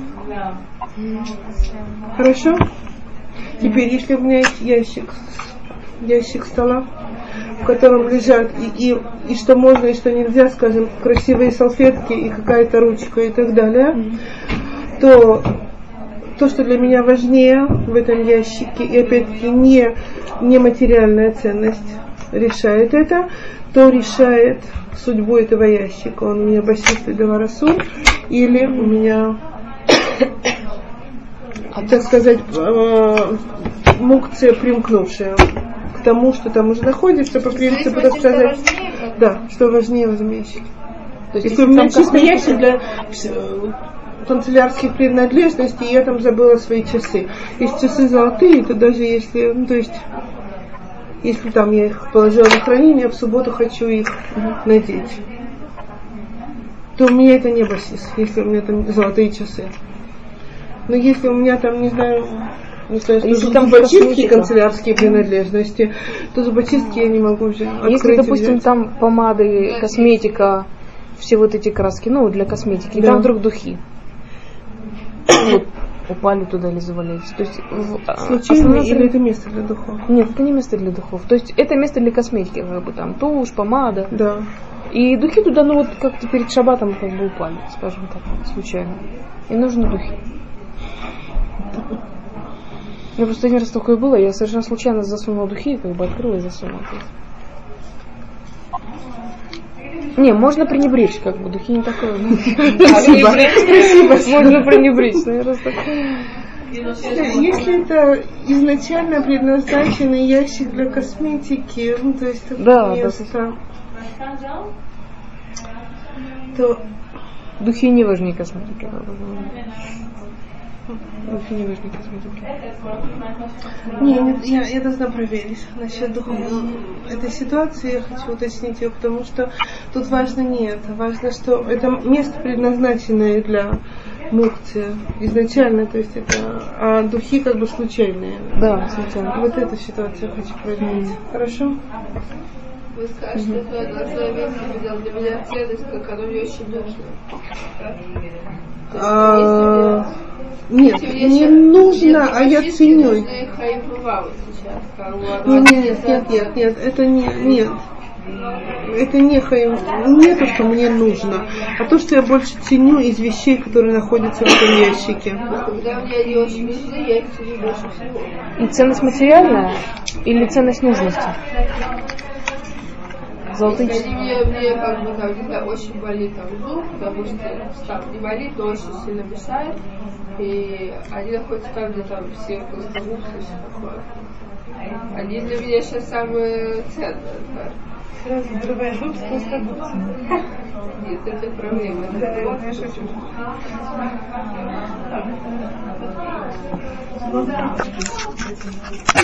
Хорошо? Теперь, если у меня есть ящик, ящик стола, в котором лежат и, и, и что можно, и что нельзя, скажем, красивые салфетки и какая-то ручка и так далее, то то, что для меня важнее в этом ящике, и опять-таки не, не материальная ценность решает это, то решает судьбу этого ящика. Он у меня басис ледавар асур, или у меня, так сказать, мукция, примкнувшая к тому, что там уже находится, по принципу, так сказать, да, что важнее в этом ящике. То есть, если у меня чисто ящик для канцелярских принадлежностей, я там забыла свои часы. Если часы золотые, то даже если, ну, то есть, если там я их положила на хранение, в субботу хочу их надеть, то у меня это не басис, если у меня там золотые часы. Но если у меня там, не знаю, не знаю, что если там там зубочистки, косметика, канцелярские принадлежности, то зубочистки я не могу взять. Если, допустим, там помады, косметика, все вот эти краски, ну, для косметики, и Да. там вдруг духи. Вот, упали туда или завалились. То есть, случайно или это место для духов? Нет, это не место для духов. То есть это место для косметики, как бы там тушь, помада. Да. И духи туда, ну вот как-то перед шаббатом как бы упали, скажем так, случайно. И нужны духи. У меня просто один раз такое было, я совершенно случайно засунула духи, как бы открыла и засунула. Не, можно пренебречь, как бы, духи не такое. Спасибо. Можно пренебречь, наверное, такое. Если это изначально предназначенный ящик для косметики, ну то есть такое Да, место, то духи не важнее косметики. Духи не важнее косметики. Не, нет, я, я должна проверить насчет духов. Этой ситуации я хочу уточнить ее, потому что тут важно не это. Важно, что это место, предназначенное для мукции изначально, то есть это, а духи как бы случайные. Да, случайно. Вот эту ситуацию я хочу проверить. Хорошо? Вы скажете, что я должна иметь для меня ценность, как оно мне очень нужно. А, нет, не нужно, а я ценю. Нет, нет, нет, нет, нет, это не, нет. Это не хайм, не то, что мне нужно, а то, что я больше ценю из вещей, которые находятся в этом ящике. Когда мне они очень нужны, я их ценю больше всего. И ценность материальная или ценность нужности? Золотые Если мне, мне как бы там, не знаю, очень болит там зуб, потому что там не болит, но очень сильно мешает, и они находятся там, где там все плоскогубцы и все такое. Они для меня сейчас самые ценные. Да. Сразу взрываешь зуб с плоскогубцами. Нет, это проблема. Да, я шучу.